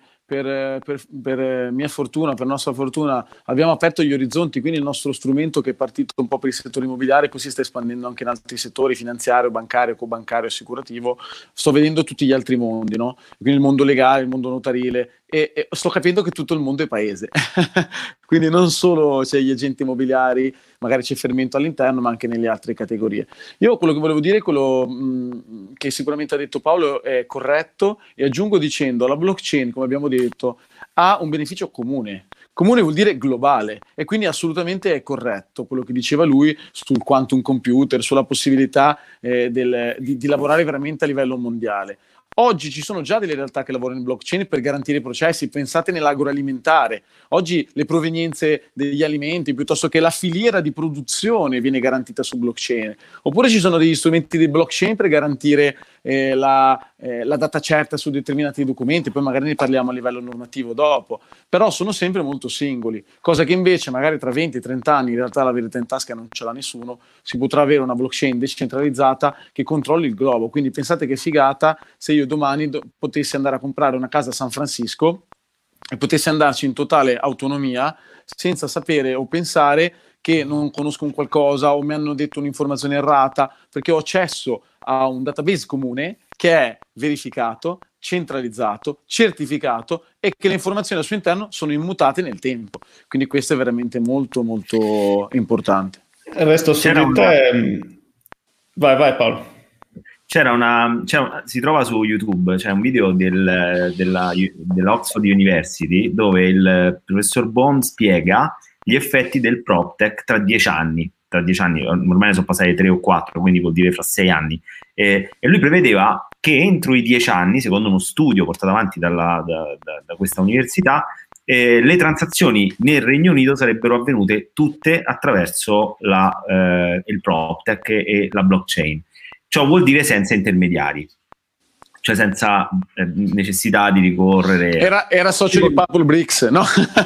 per mia fortuna, per nostra fortuna, abbiamo aperto gli orizzonti, quindi il nostro strumento, che è partito un po' per il settore immobiliare, poi si sta espandendo anche in altri settori, finanziario, bancario, cobancario, assicurativo. Sto vedendo tutti gli altri mondi, no? Quindi il mondo legale, il mondo notarile, e sto capendo che tutto il mondo è paese. Quindi non solo c'è gli agenti immobiliari, magari c'è fermento all'interno, ma anche nelle altre categorie. Io quello che volevo dire, quello che sicuramente ha detto Paolo, è corretto, e aggiungo dicendo: la blockchain, come abbiamo detto, ha un beneficio comune. Comune vuol dire globale, e quindi assolutamente è corretto quello che diceva lui sul quantum computer, sulla possibilità di lavorare veramente a livello mondiale. Oggi ci sono già delle realtà che lavorano in blockchain per garantire i processi. Pensate nell'agroalimentare. Oggi le provenienze degli alimenti, piuttosto che la filiera di produzione, viene garantita su blockchain. Oppure ci sono degli strumenti di blockchain per garantire la data certa su determinati documenti. Poi magari ne parliamo a livello normativo dopo. Però sono sempre molto singoli. Cosa che invece magari tra 20-30 anni, in realtà la verità in tasca non ce l'ha nessuno, si potrà avere una blockchain decentralizzata che controlli il globo. Quindi pensate che figata se io domani potessi andare a comprare una casa a San Francisco e potessi andarci in totale autonomia, senza sapere o pensare che non conosco un qualcosa o mi hanno detto un'informazione errata, perché ho accesso a un database comune che è verificato, centralizzato, certificato, e che le informazioni al suo interno sono immutate nel tempo. Quindi questo è veramente molto molto importante. Resto su di te. Vai Paolo. Si trova su YouTube, c'è un video della Oxford University, dove il professor Bond spiega gli effetti del PropTech tra 10 anni. Tra 10 anni, ormai ne sono passati 3 o 4, quindi vuol dire fra 6 anni. E lui prevedeva che entro i 10 anni, secondo uno studio portato avanti da questa università, le transazioni nel Regno Unito sarebbero avvenute tutte attraverso il PropTech e la blockchain. Ciò vuol dire senza intermediari, cioè senza necessità di ricorrere. Era socio di Purple Bricks, no?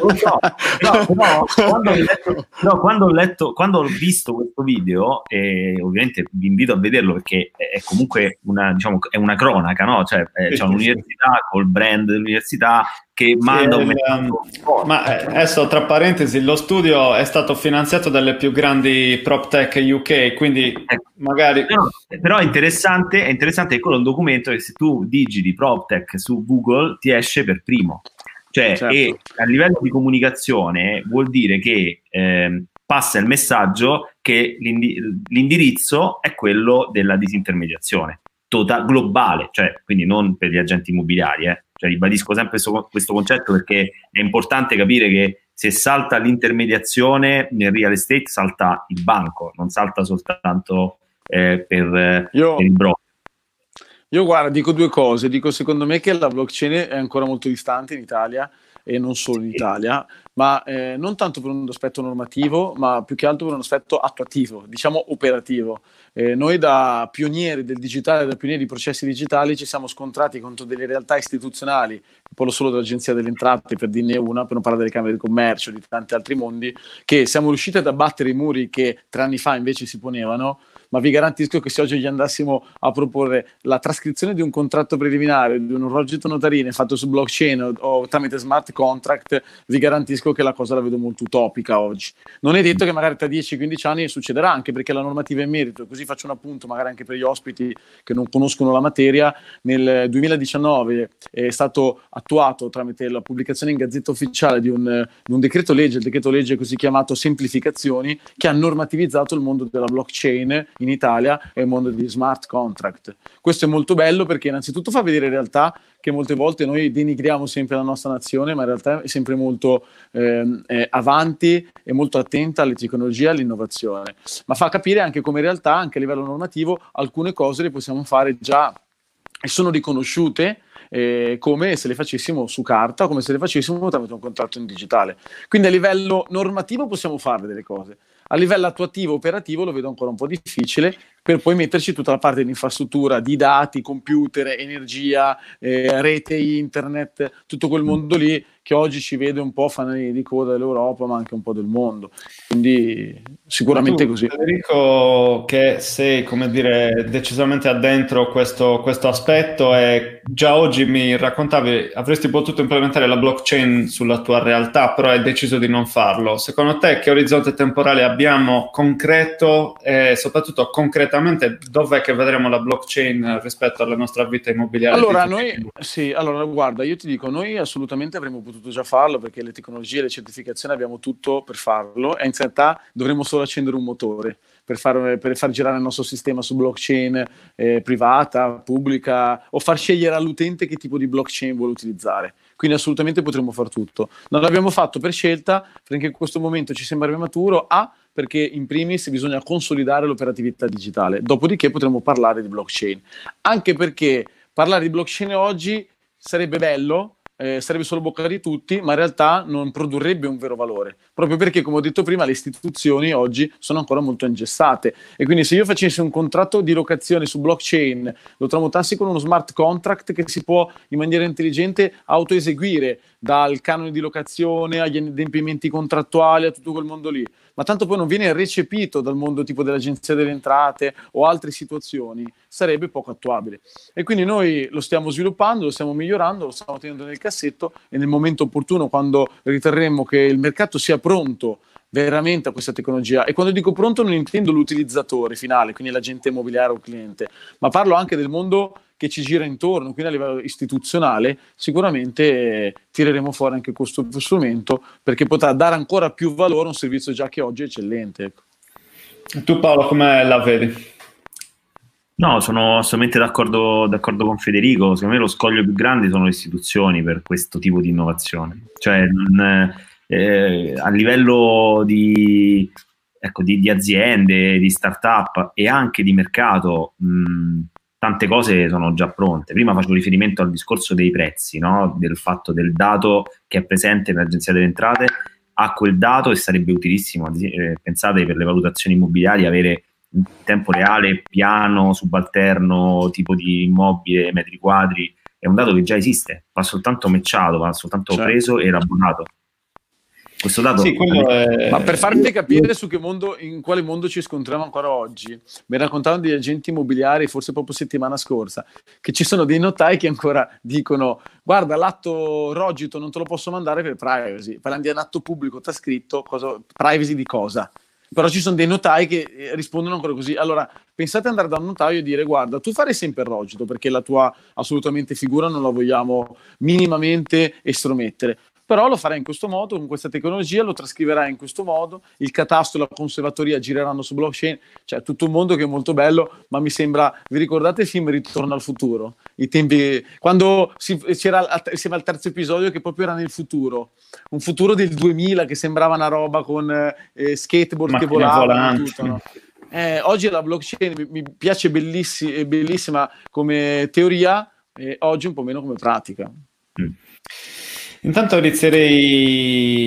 Quando ho visto questo video, e ovviamente vi invito a vederlo perché è comunque è una cronaca, no? Cioè c'è un'università col brand dell'università che manda un messaggio. Ma adesso, tra parentesi, lo studio è stato finanziato dalle più grandi PropTech UK, quindi magari. Però è interessante che quello è un documento che, se tu digiti PropTech su Google, ti esce per primo. Cioè, certo. E a livello di comunicazione vuol dire che passa il messaggio che l'indirizzo è quello della disintermediazione globale, cioè quindi non per gli agenti immobiliari. Cioè, ribadisco sempre questo concetto, perché è importante capire che se salta l'intermediazione nel real estate, salta il banco, non salta soltanto per il broker. Io guarda, dico due cose. Dico, secondo me, che la blockchain è ancora molto distante in Italia, e non solo in Italia, ma non tanto per un aspetto normativo, ma più che altro per un aspetto attuativo, diciamo operativo. Noi da pionieri del digitale, da pionieri di processi digitali, ci siamo scontrati contro delle realtà istituzionali, parlo solo dell'Agenzia delle Entrate, per dirne una, per non parlare delle Camere di Commercio, di tanti altri mondi, che siamo riusciti ad abbattere i muri che 3 anni fa invece si ponevano, ma vi garantisco che se oggi gli andassimo a proporre la trascrizione di un contratto preliminare, di un orologio notarile fatto su blockchain o tramite smart contract, vi garantisco che la cosa la vedo molto utopica oggi. Non è detto che magari tra 10-15 anni succederà, anche perché la normativa è in merito, così faccio un appunto magari anche per gli ospiti che non conoscono la materia. Nel 2019 è stato attuato tramite la pubblicazione in Gazzetta Ufficiale di un decreto legge, il decreto legge così chiamato semplificazioni, che ha normativizzato il mondo della blockchain in Italia e il mondo di smart contract. Questo è molto bello perché innanzitutto fa vedere in realtà che molte volte noi denigriamo sempre la nostra nazione, ma in realtà è sempre molto avanti e molto attenta alle tecnologie e all'innovazione. Ma fa capire anche come in realtà, anche a livello normativo, alcune cose le possiamo fare già e sono riconosciute come se le facessimo su carta o come se le facessimo tramite un contratto in digitale. Quindi a livello normativo possiamo fare delle cose. A livello attuativo, operativo, lo vedo ancora un po' difficile, per poi metterci tutta la parte di infrastruttura, di dati, computer, energia, rete, internet, tutto quel mondo lì che oggi ci vede un po' fanali di coda dell'Europa, ma anche un po' del mondo. Quindi sicuramente così. Federico, che sei, come dire, decisamente addentro questo aspetto e già oggi mi raccontavi, avresti potuto implementare la blockchain sulla tua realtà, però hai deciso di non farlo. Secondo te che orizzonte temporale abbiamo concreto e soprattutto concretamente dov'è che vedremo la blockchain rispetto alla nostra vita immobiliare? Allora, guarda, io ti dico, noi assolutamente avremmo potuto già farlo perché le tecnologie, le certificazioni abbiamo tutto per farlo e in realtà dovremmo solo accendere un motore per far girare il nostro sistema su blockchain privata, pubblica, o far scegliere all'utente che tipo di blockchain vuole utilizzare. Quindi assolutamente potremmo far tutto. Non l'abbiamo fatto per scelta, perché in questo momento ci sembra prematuro, perché in primis bisogna consolidare l'operatività digitale, dopodiché potremo parlare di blockchain. Anche perché parlare di blockchain oggi sarebbe bello, sarebbe solo bocca di tutti, ma in realtà non produrrebbe un vero valore, proprio perché, come ho detto prima, le istituzioni oggi sono ancora molto ingessate e quindi se io facessi un contratto di locazione su blockchain, lo tramutassi con uno smart contract che si può in maniera intelligente autoeseguire dal canone di locazione agli adempimenti contrattuali a tutto quel mondo lì, ma tanto poi non viene recepito dal mondo tipo dell'Agenzia delle Entrate o altre situazioni, sarebbe poco attuabile. E quindi noi lo stiamo sviluppando, lo stiamo migliorando, lo stiamo tenendo nel cassetto e nel momento opportuno, quando riterremo che il mercato sia pronto veramente a questa tecnologia, e quando dico pronto non intendo l'utilizzatore finale, quindi l'agente immobiliare o cliente, ma parlo anche del mondo che ci gira intorno, quindi a livello istituzionale sicuramente tireremo fuori anche questo strumento perché potrà dare ancora più valore a un servizio già che oggi è eccellente. Ecco. Tu Paolo come la vedi? No, sono assolutamente d'accordo con Federico. Secondo me lo scoglio più grande sono le istituzioni per questo tipo di innovazione. Cioè, a livello di aziende, di start-up e anche di mercato, tante cose sono già pronte. Prima facevo riferimento al discorso dei prezzi, no? Del fatto del dato che è presente nell'Agenzia delle Entrate, a quel dato, e sarebbe utilissimo, pensate, per le valutazioni immobiliari, avere in tempo reale piano, subalterno, tipo di immobile, metri quadri. È un dato che già esiste, va soltanto matchato, va soltanto preso e elaborato. Questo dato Ma per farvi capire in quale mondo ci scontriamo ancora oggi, mi raccontavano degli agenti immobiliari, forse proprio settimana scorsa, che ci sono dei notai che ancora dicono: guarda, l'atto rogito non te lo posso mandare per privacy, parliamo di un atto pubblico, sta scritto privacy di cosa? Però ci sono dei notai che rispondono ancora così. Allora, pensate ad andare da un notaio e dire: guarda, tu fai sempre il rogito perché la tua assolutamente figura non la vogliamo minimamente estromettere, però lo farai in questo modo, con questa tecnologia, lo trascriverai in questo modo, il catasto e la conservatoria gireranno su blockchain, cioè tutto un mondo che è molto bello, ma mi sembra, vi ricordate il film Ritorno al futuro? I tempi, quando c'era insieme al terzo episodio che proprio era nel futuro, un futuro del 2000 che sembrava una roba con skateboard che volavano, tutto, no? Oggi la blockchain mi piace, bellissima come teoria, oggi un po' meno come pratica. Intanto inizierei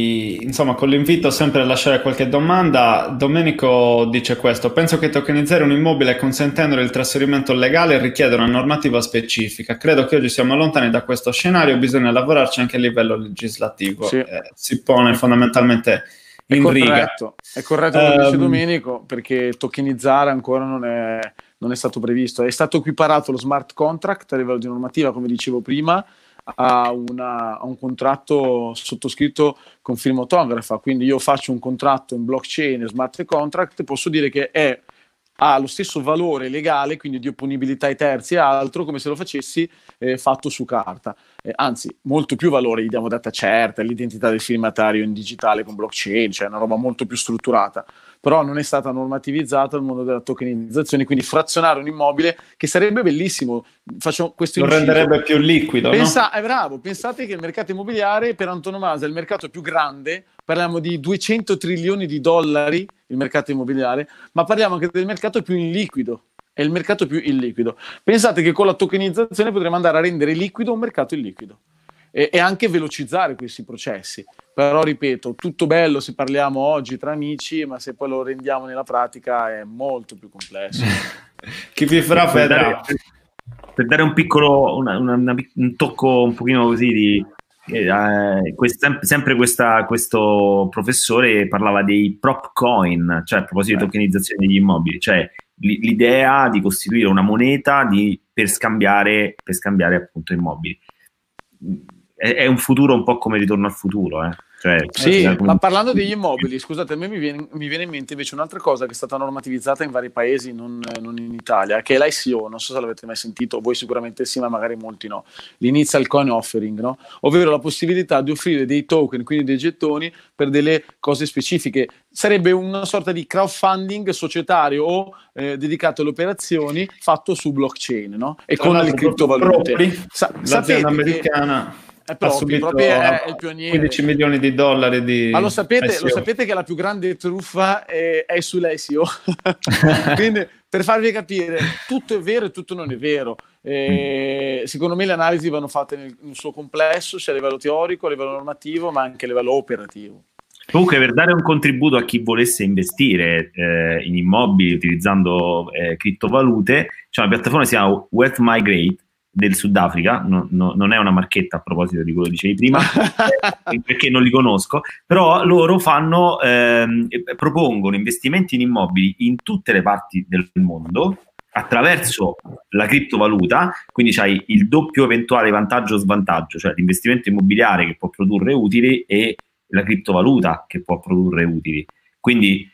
insomma, con l'invito sempre a lasciare qualche domanda, Domenico dice questo: penso che tokenizzare un immobile consentendone il trasferimento legale richiede una normativa specifica. Credo che oggi siamo lontani da questo scenario, bisogna lavorarci anche a livello legislativo. Sì. Si pone fondamentalmente in riga. È corretto come dice Domenico, perché tokenizzare ancora non è stato previsto. È stato equiparato lo smart contract a livello di normativa, come dicevo prima, a un contratto sottoscritto con firma autografa. Quindi io faccio un contratto in blockchain smart contract, posso dire che ha lo stesso valore legale, quindi di opponibilità ai terzi e altro, come se lo facessi fatto su carta. Anzi, molto più valore, gli diamo data certa, l'identità del firmatario in digitale con blockchain, cioè una roba molto più strutturata. Però non è stata normativizzato il mondo della tokenizzazione, quindi frazionare un immobile, che sarebbe bellissimo. Faccio questo lo renderebbe più liquido, no? Bravo, pensate che il mercato immobiliare per antonomasia è il mercato più grande, parliamo di 200 trilioni di dollari, il mercato immobiliare, ma parliamo anche del mercato più illiquido. È il mercato più illiquido. Pensate che con la tokenizzazione potremo andare a rendere liquido un mercato illiquido e anche velocizzare questi processi. Però ripeto, tutto bello se parliamo oggi tra amici, ma se poi lo rendiamo nella pratica è molto più complesso. Chi vi farà vedrà. Per dare un piccolo un tocco un pochino così di sempre questo professore parlava dei prop coin, cioè a proposito di tokenizzazione degli immobili, cioè l'idea di costituire una moneta per scambiare appunto immobili. È un futuro un po' come Ritorno al futuro, Cioè, sì, ma parlando degli immobili, scusate, a me mi viene in mente invece un'altra cosa che è stata normativizzata in vari paesi, non in Italia, che è l'ICO. Non so se l'avete mai sentito, voi sicuramente sì, ma magari molti no. L'initial coin offering, no? Ovvero la possibilità di offrire dei token, quindi dei gettoni, per delle cose specifiche. Sarebbe una sorta di crowdfunding societario o dedicato alle operazioni fatto su blockchain, no? E con le criptovalute. L'azienda americana ha subito è il pioniere. 15 milioni di dollari di ma lo sapete che la più grande truffa è sull'ICO. Quindi, per farvi capire, tutto è vero e tutto non è vero. Secondo me le analisi vanno fatte nel suo complesso, sia a livello teorico, a livello normativo, ma anche a livello operativo. Comunque, per dare un contributo a chi volesse investire in immobili utilizzando criptovalute, c'è una piattaforma che si chiama Wealth Migrate del Sudafrica, non è una marchetta a proposito di quello che dicevi prima, perché non li conosco, però loro propongono investimenti in immobili in tutte le parti del mondo attraverso la criptovaluta, quindi c'hai il doppio eventuale vantaggio o svantaggio, cioè l'investimento immobiliare che può produrre utili e la criptovaluta che può produrre utili. Quindi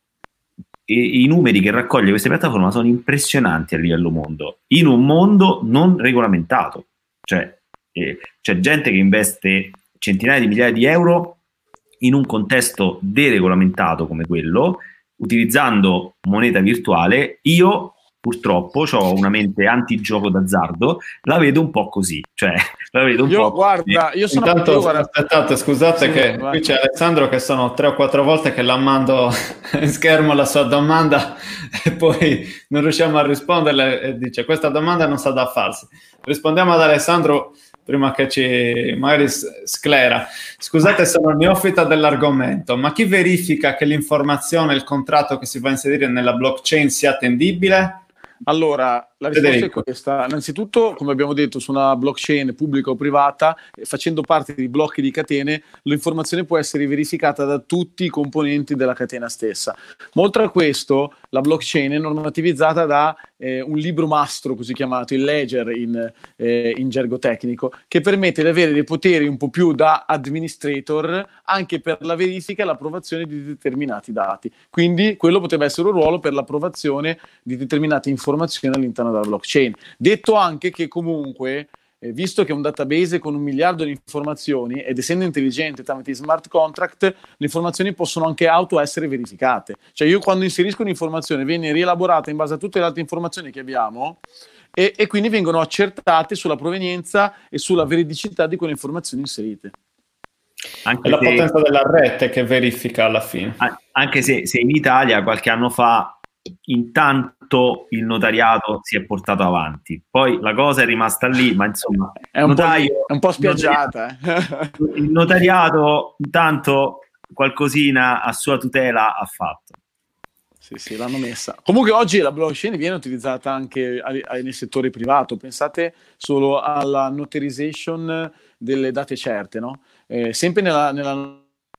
i numeri che raccoglie questa piattaforma sono impressionanti a livello mondo, in un mondo non regolamentato. Cioè c'è gente che investe centinaia di migliaia di euro in un contesto deregolamentato come quello, utilizzando moneta virtuale. Io purtroppo ho una mente anti-gioco d'azzardo, la vedo un po' così, cioè la vedo un po'. Guarda, io sono aspettate, scusate, che qui c'è Alessandro che sono 3 o 4 volte che la mando in schermo la sua domanda e poi non riusciamo a risponderle e dice: questa domanda non sa da farsi. Rispondiamo ad Alessandro prima che ci magari sclera. Scusate, sono neofita dell'argomento, ma chi verifica che l'informazione, il contratto che si va a inserire nella blockchain sia attendibile? Allora, la risposta è questa. Innanzitutto, come abbiamo detto, su una blockchain pubblica o privata, facendo parte di blocchi di catene, l'informazione può essere verificata da tutti i componenti della catena stessa. Ma oltre a questo, la blockchain è normativizzata da un libro mastro, così chiamato, il ledger in gergo tecnico, che permette di avere dei poteri un po' più da administrator anche per la verifica e l'approvazione di determinati dati. Quindi quello potrebbe essere un ruolo per l'approvazione di determinate informazioni all'interno della blockchain. Detto anche che comunque, visto che è un database con 1 miliardo di informazioni ed essendo intelligente tramite i smart contract, le informazioni possono anche essere verificate. Cioè io quando inserisco un'informazione viene rielaborata in base a tutte le altre informazioni che abbiamo e quindi vengono accertate sulla provenienza e sulla veridicità di quelle informazioni inserite. Anche la potenza della rete che verifica alla fine. Anche se in Italia qualche anno fa intanto il notariato si è portato avanti, poi la cosa è rimasta lì, ma insomma è un po' spiaggiata. Il notariato intanto qualcosina a sua tutela ha fatto. Sì, l'hanno messa. Comunque oggi la blockchain viene utilizzata anche nel settore privato. Pensate solo alla notarization delle date certe, no? Sempre nella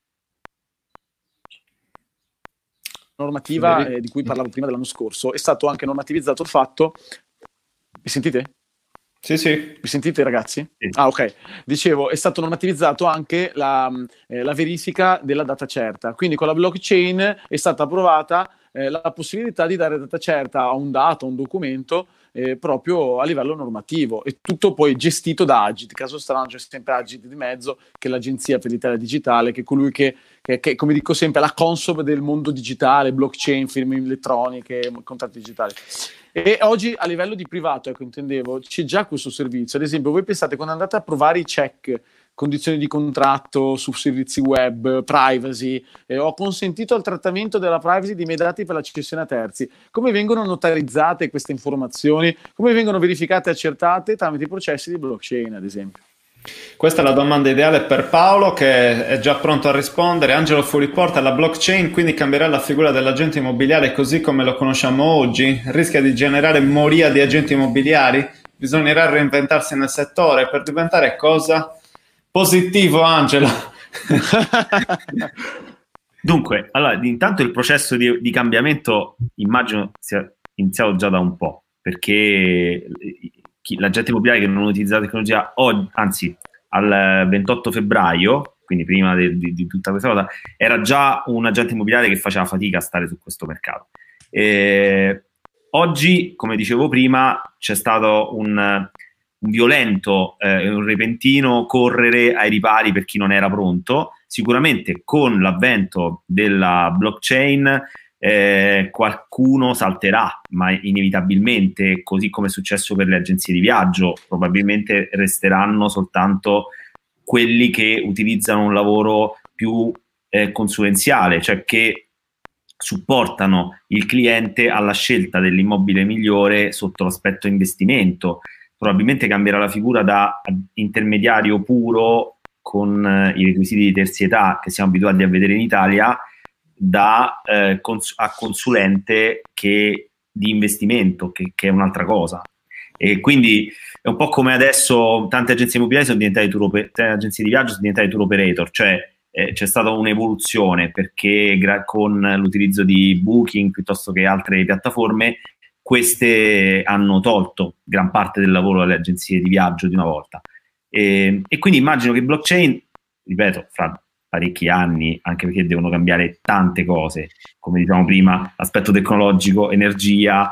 normativa di cui parlavo prima dell'anno scorso, è stato anche normativizzato il fatto... Mi sentite? Sì. Mi sentite, ragazzi? Sì. Ah, ok. Dicevo, è stato normativizzato anche la verifica della data certa. Quindi con la blockchain è stata approvata la possibilità di dare data certa a un dato, a un documento, proprio a livello normativo, e tutto poi gestito da Agit. Caso strano c'è sempre Agit di mezzo, che è l'Agenzia per l'Italia Digitale, che è colui che come dico sempre, è la Consob del mondo digitale, blockchain, firme elettroniche, contratti digitali. E oggi a livello di privato, ecco, intendevo, c'è già questo servizio. Ad esempio, voi pensate, quando andate a provare i check, condizioni di contratto su servizi web, privacy, ho consentito al trattamento della privacy dei miei dati per la cessione a terzi. Come vengono notarizzate queste informazioni? Come vengono verificate e accertate tramite i processi di blockchain, ad esempio? Questa è la domanda ideale per Paolo, che è già pronto a rispondere. Angelo Fuoriporta, la blockchain quindi cambierà la figura dell'agente immobiliare così come lo conosciamo oggi? Rischia di generare moria di agenti immobiliari? Bisognerà reinventarsi nel settore per diventare cosa? Positivo, Angelo. Dunque, allora, intanto il processo di cambiamento immagino sia iniziato già da un po', perché l'agente immobiliare che non utilizza la tecnologia oggi, anzi al 28 febbraio, quindi prima di tutta questa cosa, era già un agente immobiliare che faceva fatica a stare su questo mercato. Oggi, come dicevo prima, c'è stato un violento, un repentino correre ai ripari per chi non era pronto. Sicuramente con l'avvento della blockchain qualcuno salterà, ma inevitabilmente, così come è successo per le agenzie di viaggio, probabilmente resteranno soltanto quelli che utilizzano un lavoro più consulenziale, cioè che supportano il cliente alla scelta dell'immobile migliore sotto l'aspetto investimento. Probabilmente cambierà la figura da intermediario puro con i requisiti di terzietà che siamo abituati a vedere in Italia, a consulente di investimento, che è un'altra cosa. E quindi è un po' come adesso tante agenzie immobiliari sono diventate agenzie di viaggio sono diventate tour operator, cioè c'è stata un'evoluzione, perché con l'utilizzo di Booking piuttosto che altre piattaforme, queste hanno tolto gran parte del lavoro alle agenzie di viaggio di una volta. E quindi immagino che blockchain, ripeto, fra parecchi anni, anche perché devono cambiare tante cose, come diciamo prima, aspetto tecnologico, energia,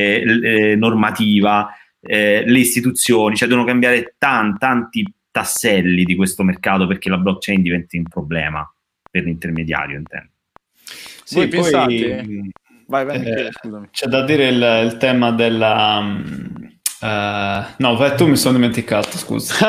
normativa, le istituzioni, cioè devono cambiare tanti tasselli di questo mercato perché la blockchain diventi un problema per l'intermediario, intendo. Sì, voi poi pensate... Vai, scusami. C'è da dire il tema della... no, vai, tu, mi sono dimenticato, scusa.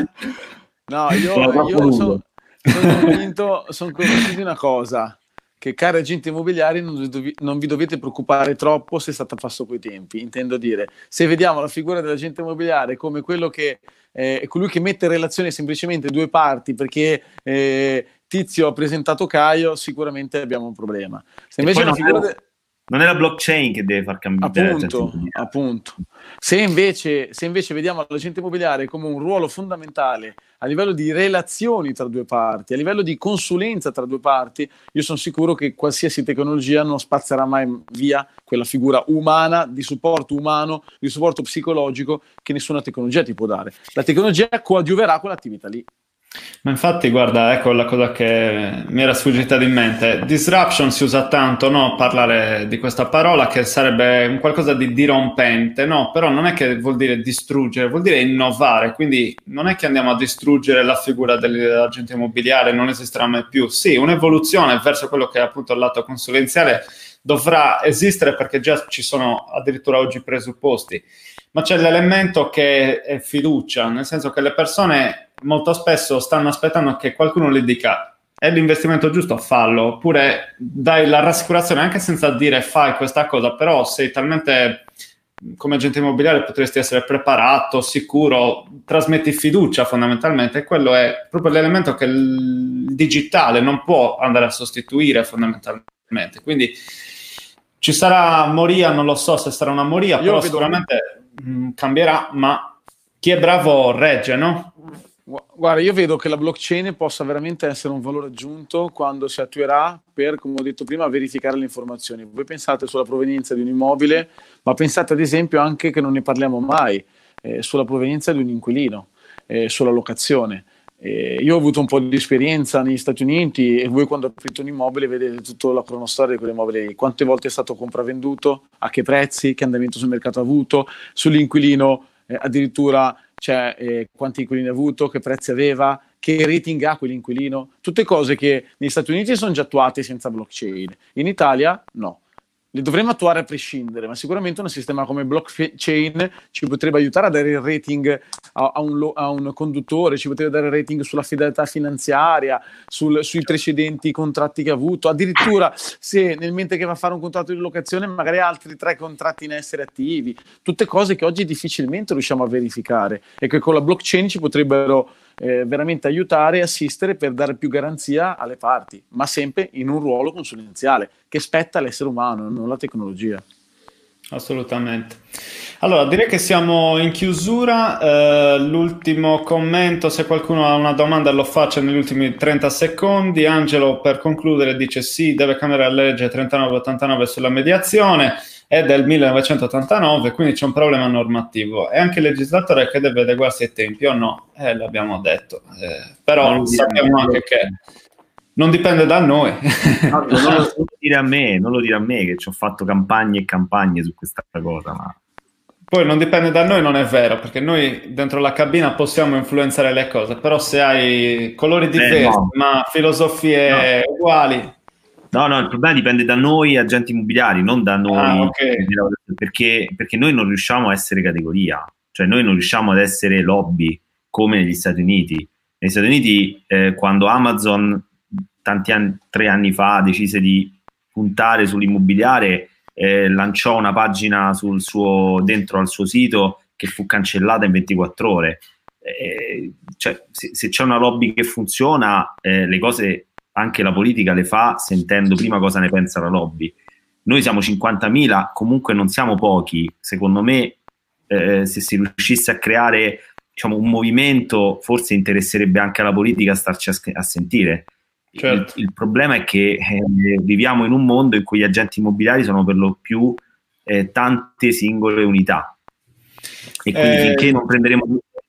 No, io sono convinto di una cosa, che cari agenti immobiliari non vi dovete preoccupare troppo se state a passo coi tempi. Intendo dire, se vediamo la figura dell'agente immobiliare come quello che è colui che mette in relazione semplicemente due parti perché Tizio ha presentato Caio, sicuramente abbiamo un problema. Se invece la figura non è la blockchain che deve far cambiare, appunto. Se invece vediamo l'agente immobiliare come un ruolo fondamentale a livello di relazioni tra due parti, a livello di consulenza tra due parti, io sono sicuro che qualsiasi tecnologia non spazzerà mai via quella figura umana, di supporto umano, di supporto psicologico che nessuna tecnologia ti può dare. La tecnologia coadiuverà quell'attività lì. Ma infatti, guarda, ecco la cosa che mi era sfuggita di mente. Disruption si usa tanto, no? Parlare di questa parola, che sarebbe un qualcosa di dirompente, no? Però non è che vuol dire distruggere, vuol dire innovare. Quindi non è che andiamo a distruggere la figura dell'agente immobiliare, non esisterà mai più. Sì, un'evoluzione verso quello che è appunto il lato consulenziale dovrà esistere, perché già ci sono addirittura oggi presupposti. Ma c'è l'elemento che è fiducia, nel senso che le persone molto spesso stanno aspettando che qualcuno gli dica è l'investimento giusto, fallo, oppure dai la rassicurazione anche senza dire fai questa cosa, però sei talmente come agente immobiliare potresti essere preparato, sicuro, trasmetti fiducia fondamentalmente, e quello è proprio l'elemento che il digitale non può andare a sostituire fondamentalmente. Quindi ci sarà moria, non lo so se sarà una moria, però sicuramente cambierà, ma chi è bravo regge, no? Guarda, io vedo che la blockchain possa veramente essere un valore aggiunto quando si attuerà per, come ho detto prima, verificare le informazioni. Voi pensate sulla provenienza di un immobile, ma pensate ad esempio anche, che non ne parliamo mai, sulla provenienza di un inquilino, sulla locazione. Io ho avuto un po' di esperienza negli Stati Uniti, e voi quando aprite un immobile vedete tutta la cronostoria di quell'immobile, quante volte è stato compravenduto, a che prezzi, che andamento sul mercato ha avuto, sull'inquilino addirittura c'è quanti inquilini ha avuto, che prezzi aveva, che rating ha quell'inquilino, tutte cose che negli Stati Uniti sono già attuate senza blockchain, in Italia no. Le dovremmo attuare a prescindere, ma sicuramente un sistema come blockchain ci potrebbe aiutare a dare il rating a un conduttore, ci potrebbe dare il rating sulla fedeltà finanziaria, sui precedenti contratti che ha avuto, addirittura se nel mentre che va a fare un contratto di locazione magari ha altri 3 contratti in essere attivi, tutte cose che oggi difficilmente riusciamo a verificare e che con la blockchain ci potrebbero veramente aiutare e assistere per dare più garanzia alle parti, ma sempre in un ruolo consulenziale che spetta all'essere umano, non la tecnologia. Assolutamente. Allora, direi che siamo in chiusura. L'ultimo commento, se qualcuno ha una domanda lo faccia negli ultimi 30 secondi. Angelo, per concludere, dice sì, deve cambiare la legge 3989 sulla mediazione, è del 1989, quindi c'è un problema normativo. È anche il legislatore che deve adeguarsi ai tempi, o no? L'abbiamo detto. Però sappiamo anche che non dipende da noi. No, non lo dire a me che ci ho fatto campagne e campagne su questa cosa, ma poi non dipende da noi, non è vero, perché noi dentro la cabina possiamo influenzare le cose, però se hai colori diversi, ma filosofie uguali. No, il problema dipende da noi agenti immobiliari, non da noi, okay. perché noi non riusciamo a essere categoria, cioè noi non riusciamo ad essere lobby come negli Stati Uniti. Negli Stati Uniti quando Amazon 3 anni fa decise di puntare sull'immobiliare, lanciò una pagina dentro al suo sito che fu cancellata in 24 ore. Cioè, se c'è una lobby che funziona, le cose anche la politica le fa sentendo prima cosa ne pensa la lobby. Noi siamo 50.000, comunque non siamo pochi. Secondo me se si riuscisse a creare, diciamo, un movimento, forse interesserebbe anche alla politica starci a sentire. Certo. Il problema è che viviamo in un mondo in cui gli agenti immobiliari sono per lo più tante singole unità, e quindi finché non prenderemo...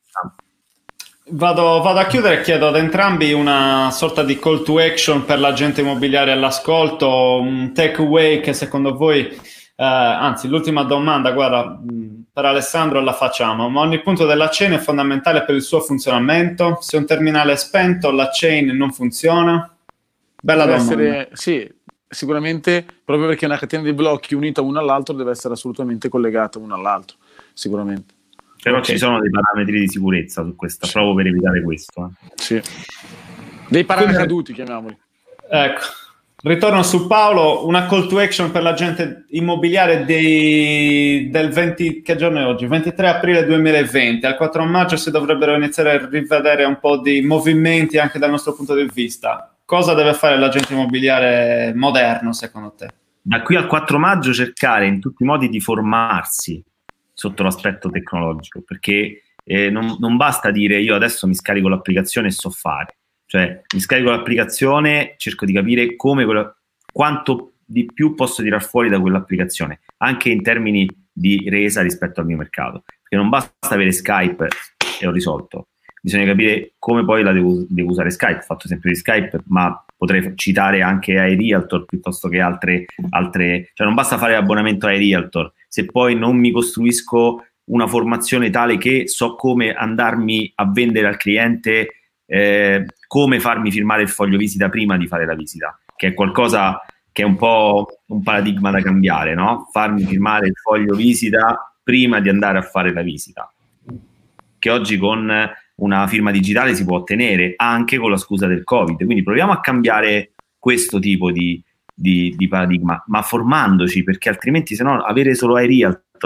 Vado a chiudere e chiedo ad entrambi una sorta di call to action per l'agente immobiliare all'ascolto, un takeaway che secondo voi, anzi l'ultima domanda, guarda, per Alessandro la facciamo, ma ogni punto della chain è fondamentale per il suo funzionamento. Se un terminale è spento, la chain non funziona? Bella domanda. Sì, sicuramente, proprio perché una catena di blocchi unita uno all'altro deve essere assolutamente collegata uno all'altro, sicuramente. Però ci sono dei parametri di sicurezza su questa, proprio per evitare questo. Sì. Dei paracaduti, chiamiamoli. Ecco, ritorno su Paolo, una call to action per l'agente immobiliare del 20, che giorno è oggi? 23 aprile 2020, al 4 maggio si dovrebbero iniziare a rivedere un po' di movimenti anche dal nostro punto di vista. Cosa deve fare l'agente immobiliare moderno, secondo te? Da qui al 4 maggio cercare in tutti i modi di formarsi sotto l'aspetto tecnologico, perché non basta dire io adesso mi scarico l'applicazione e so fare, cioè mi scarico l'applicazione, cerco di capire quanto di più posso tirar fuori da quell'applicazione, anche in termini di resa rispetto al mio mercato, perché non basta avere Skype e ho risolto, bisogna capire come poi la devo usare Skype. Ho fatto esempio di Skype, ma potrei citare anche iRealtor piuttosto che altre, cioè non basta fare l'abbonamento a iRealtor se poi non mi costruisco una formazione tale che so come andarmi a vendere al cliente, come farmi firmare il foglio visita prima di fare la visita, che è qualcosa che è un po' un paradigma da cambiare, no? Farmi firmare il foglio visita prima di andare a fare la visita, che oggi con una firma digitale si può ottenere anche con la scusa del Covid. Quindi proviamo a cambiare questo tipo di paradigma, ma formandoci, perché altrimenti se no avere solo iRealtor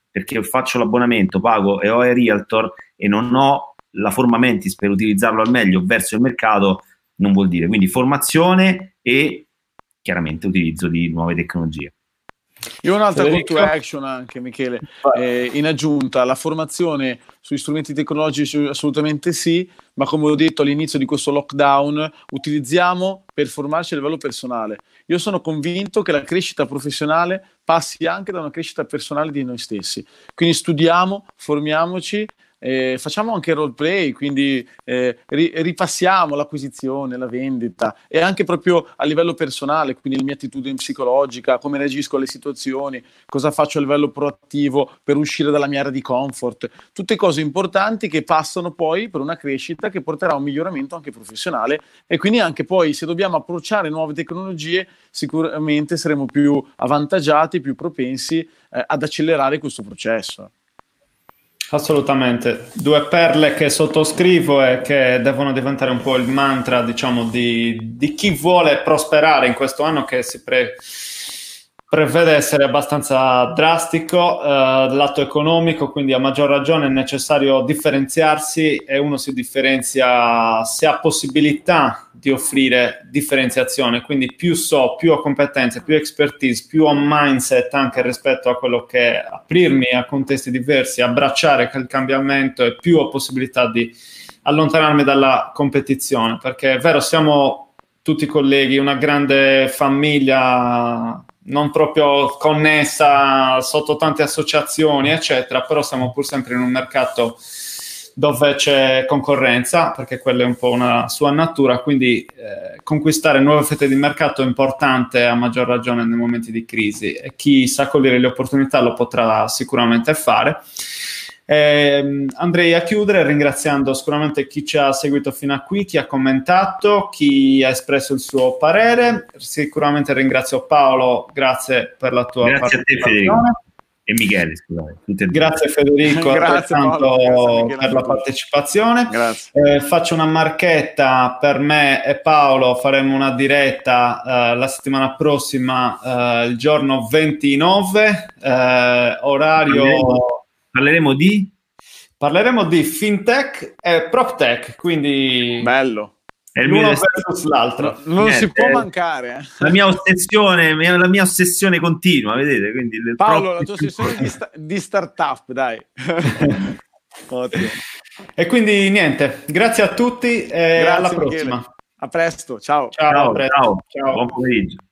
perché faccio l'abbonamento, pago e ho i realtor e non ho la forma mentis per utilizzarlo al meglio verso il mercato, non vuol dire. Quindi formazione e chiaramente utilizzo di nuove tecnologie. Io ho un'altra call to action anche, Michele, in aggiunta, la formazione sugli strumenti tecnologici assolutamente sì, ma come ho detto all'inizio di questo lockdown, utilizziamo per formarci a livello personale. Io sono convinto che la crescita professionale passi anche da una crescita personale di noi stessi, quindi studiamo, formiamoci, facciamo anche role play, quindi ripassiamo l'acquisizione, la vendita e anche proprio a livello personale, quindi la mia attitudine psicologica, come reagisco alle situazioni, cosa faccio a livello proattivo per uscire dalla mia area di comfort, tutte cose importanti che passano poi per una crescita che porterà a un miglioramento anche professionale e quindi anche poi se dobbiamo approcciare nuove tecnologie sicuramente saremo più avvantaggiati, più propensi ad accelerare questo processo. Assolutamente, due perle che sottoscrivo e che devono diventare un po' il mantra, diciamo, di chi vuole prosperare in questo anno che si prevede essere abbastanza drastico lato economico, quindi a maggior ragione è necessario differenziarsi e uno si differenzia se ha possibilità di offrire differenziazione, quindi più so, più ho competenze, più expertise, più ho mindset anche rispetto a quello che è aprirmi a contesti diversi, abbracciare il cambiamento e più ho possibilità di allontanarmi dalla competizione, perché è vero, siamo tutti colleghi, una grande famiglia non proprio connessa sotto tante associazioni, eccetera, però siamo pur sempre in un mercato dove c'è concorrenza, perché quella è un po' una sua natura, quindi conquistare nuove fette di mercato è importante a maggior ragione nei momenti di crisi e chi sa cogliere le opportunità lo potrà sicuramente fare. Andrei a chiudere ringraziando sicuramente chi ci ha seguito fino a qui, chi ha commentato, chi ha espresso il suo parere. Sicuramente ringrazio Paolo, grazie per la tua partecipazione. E Michele, scusate. Grazie Federico grazie, Paolo, grazie, per la partecipazione. Grazie. Faccio una marchetta per me e Paolo, faremo una diretta la settimana prossima, il giorno 29, orario... Parleremo di fintech e proptech, quindi... Bello. L'uno versus l'altro. Non si può mancare. La mia ossessione continua, vedete? Quindi Paolo, la tua ossessione di startup, dai. Ottimo. E quindi niente, grazie a tutti e alla prossima. Michele. A presto, ciao. Ciao. Buon pomeriggio.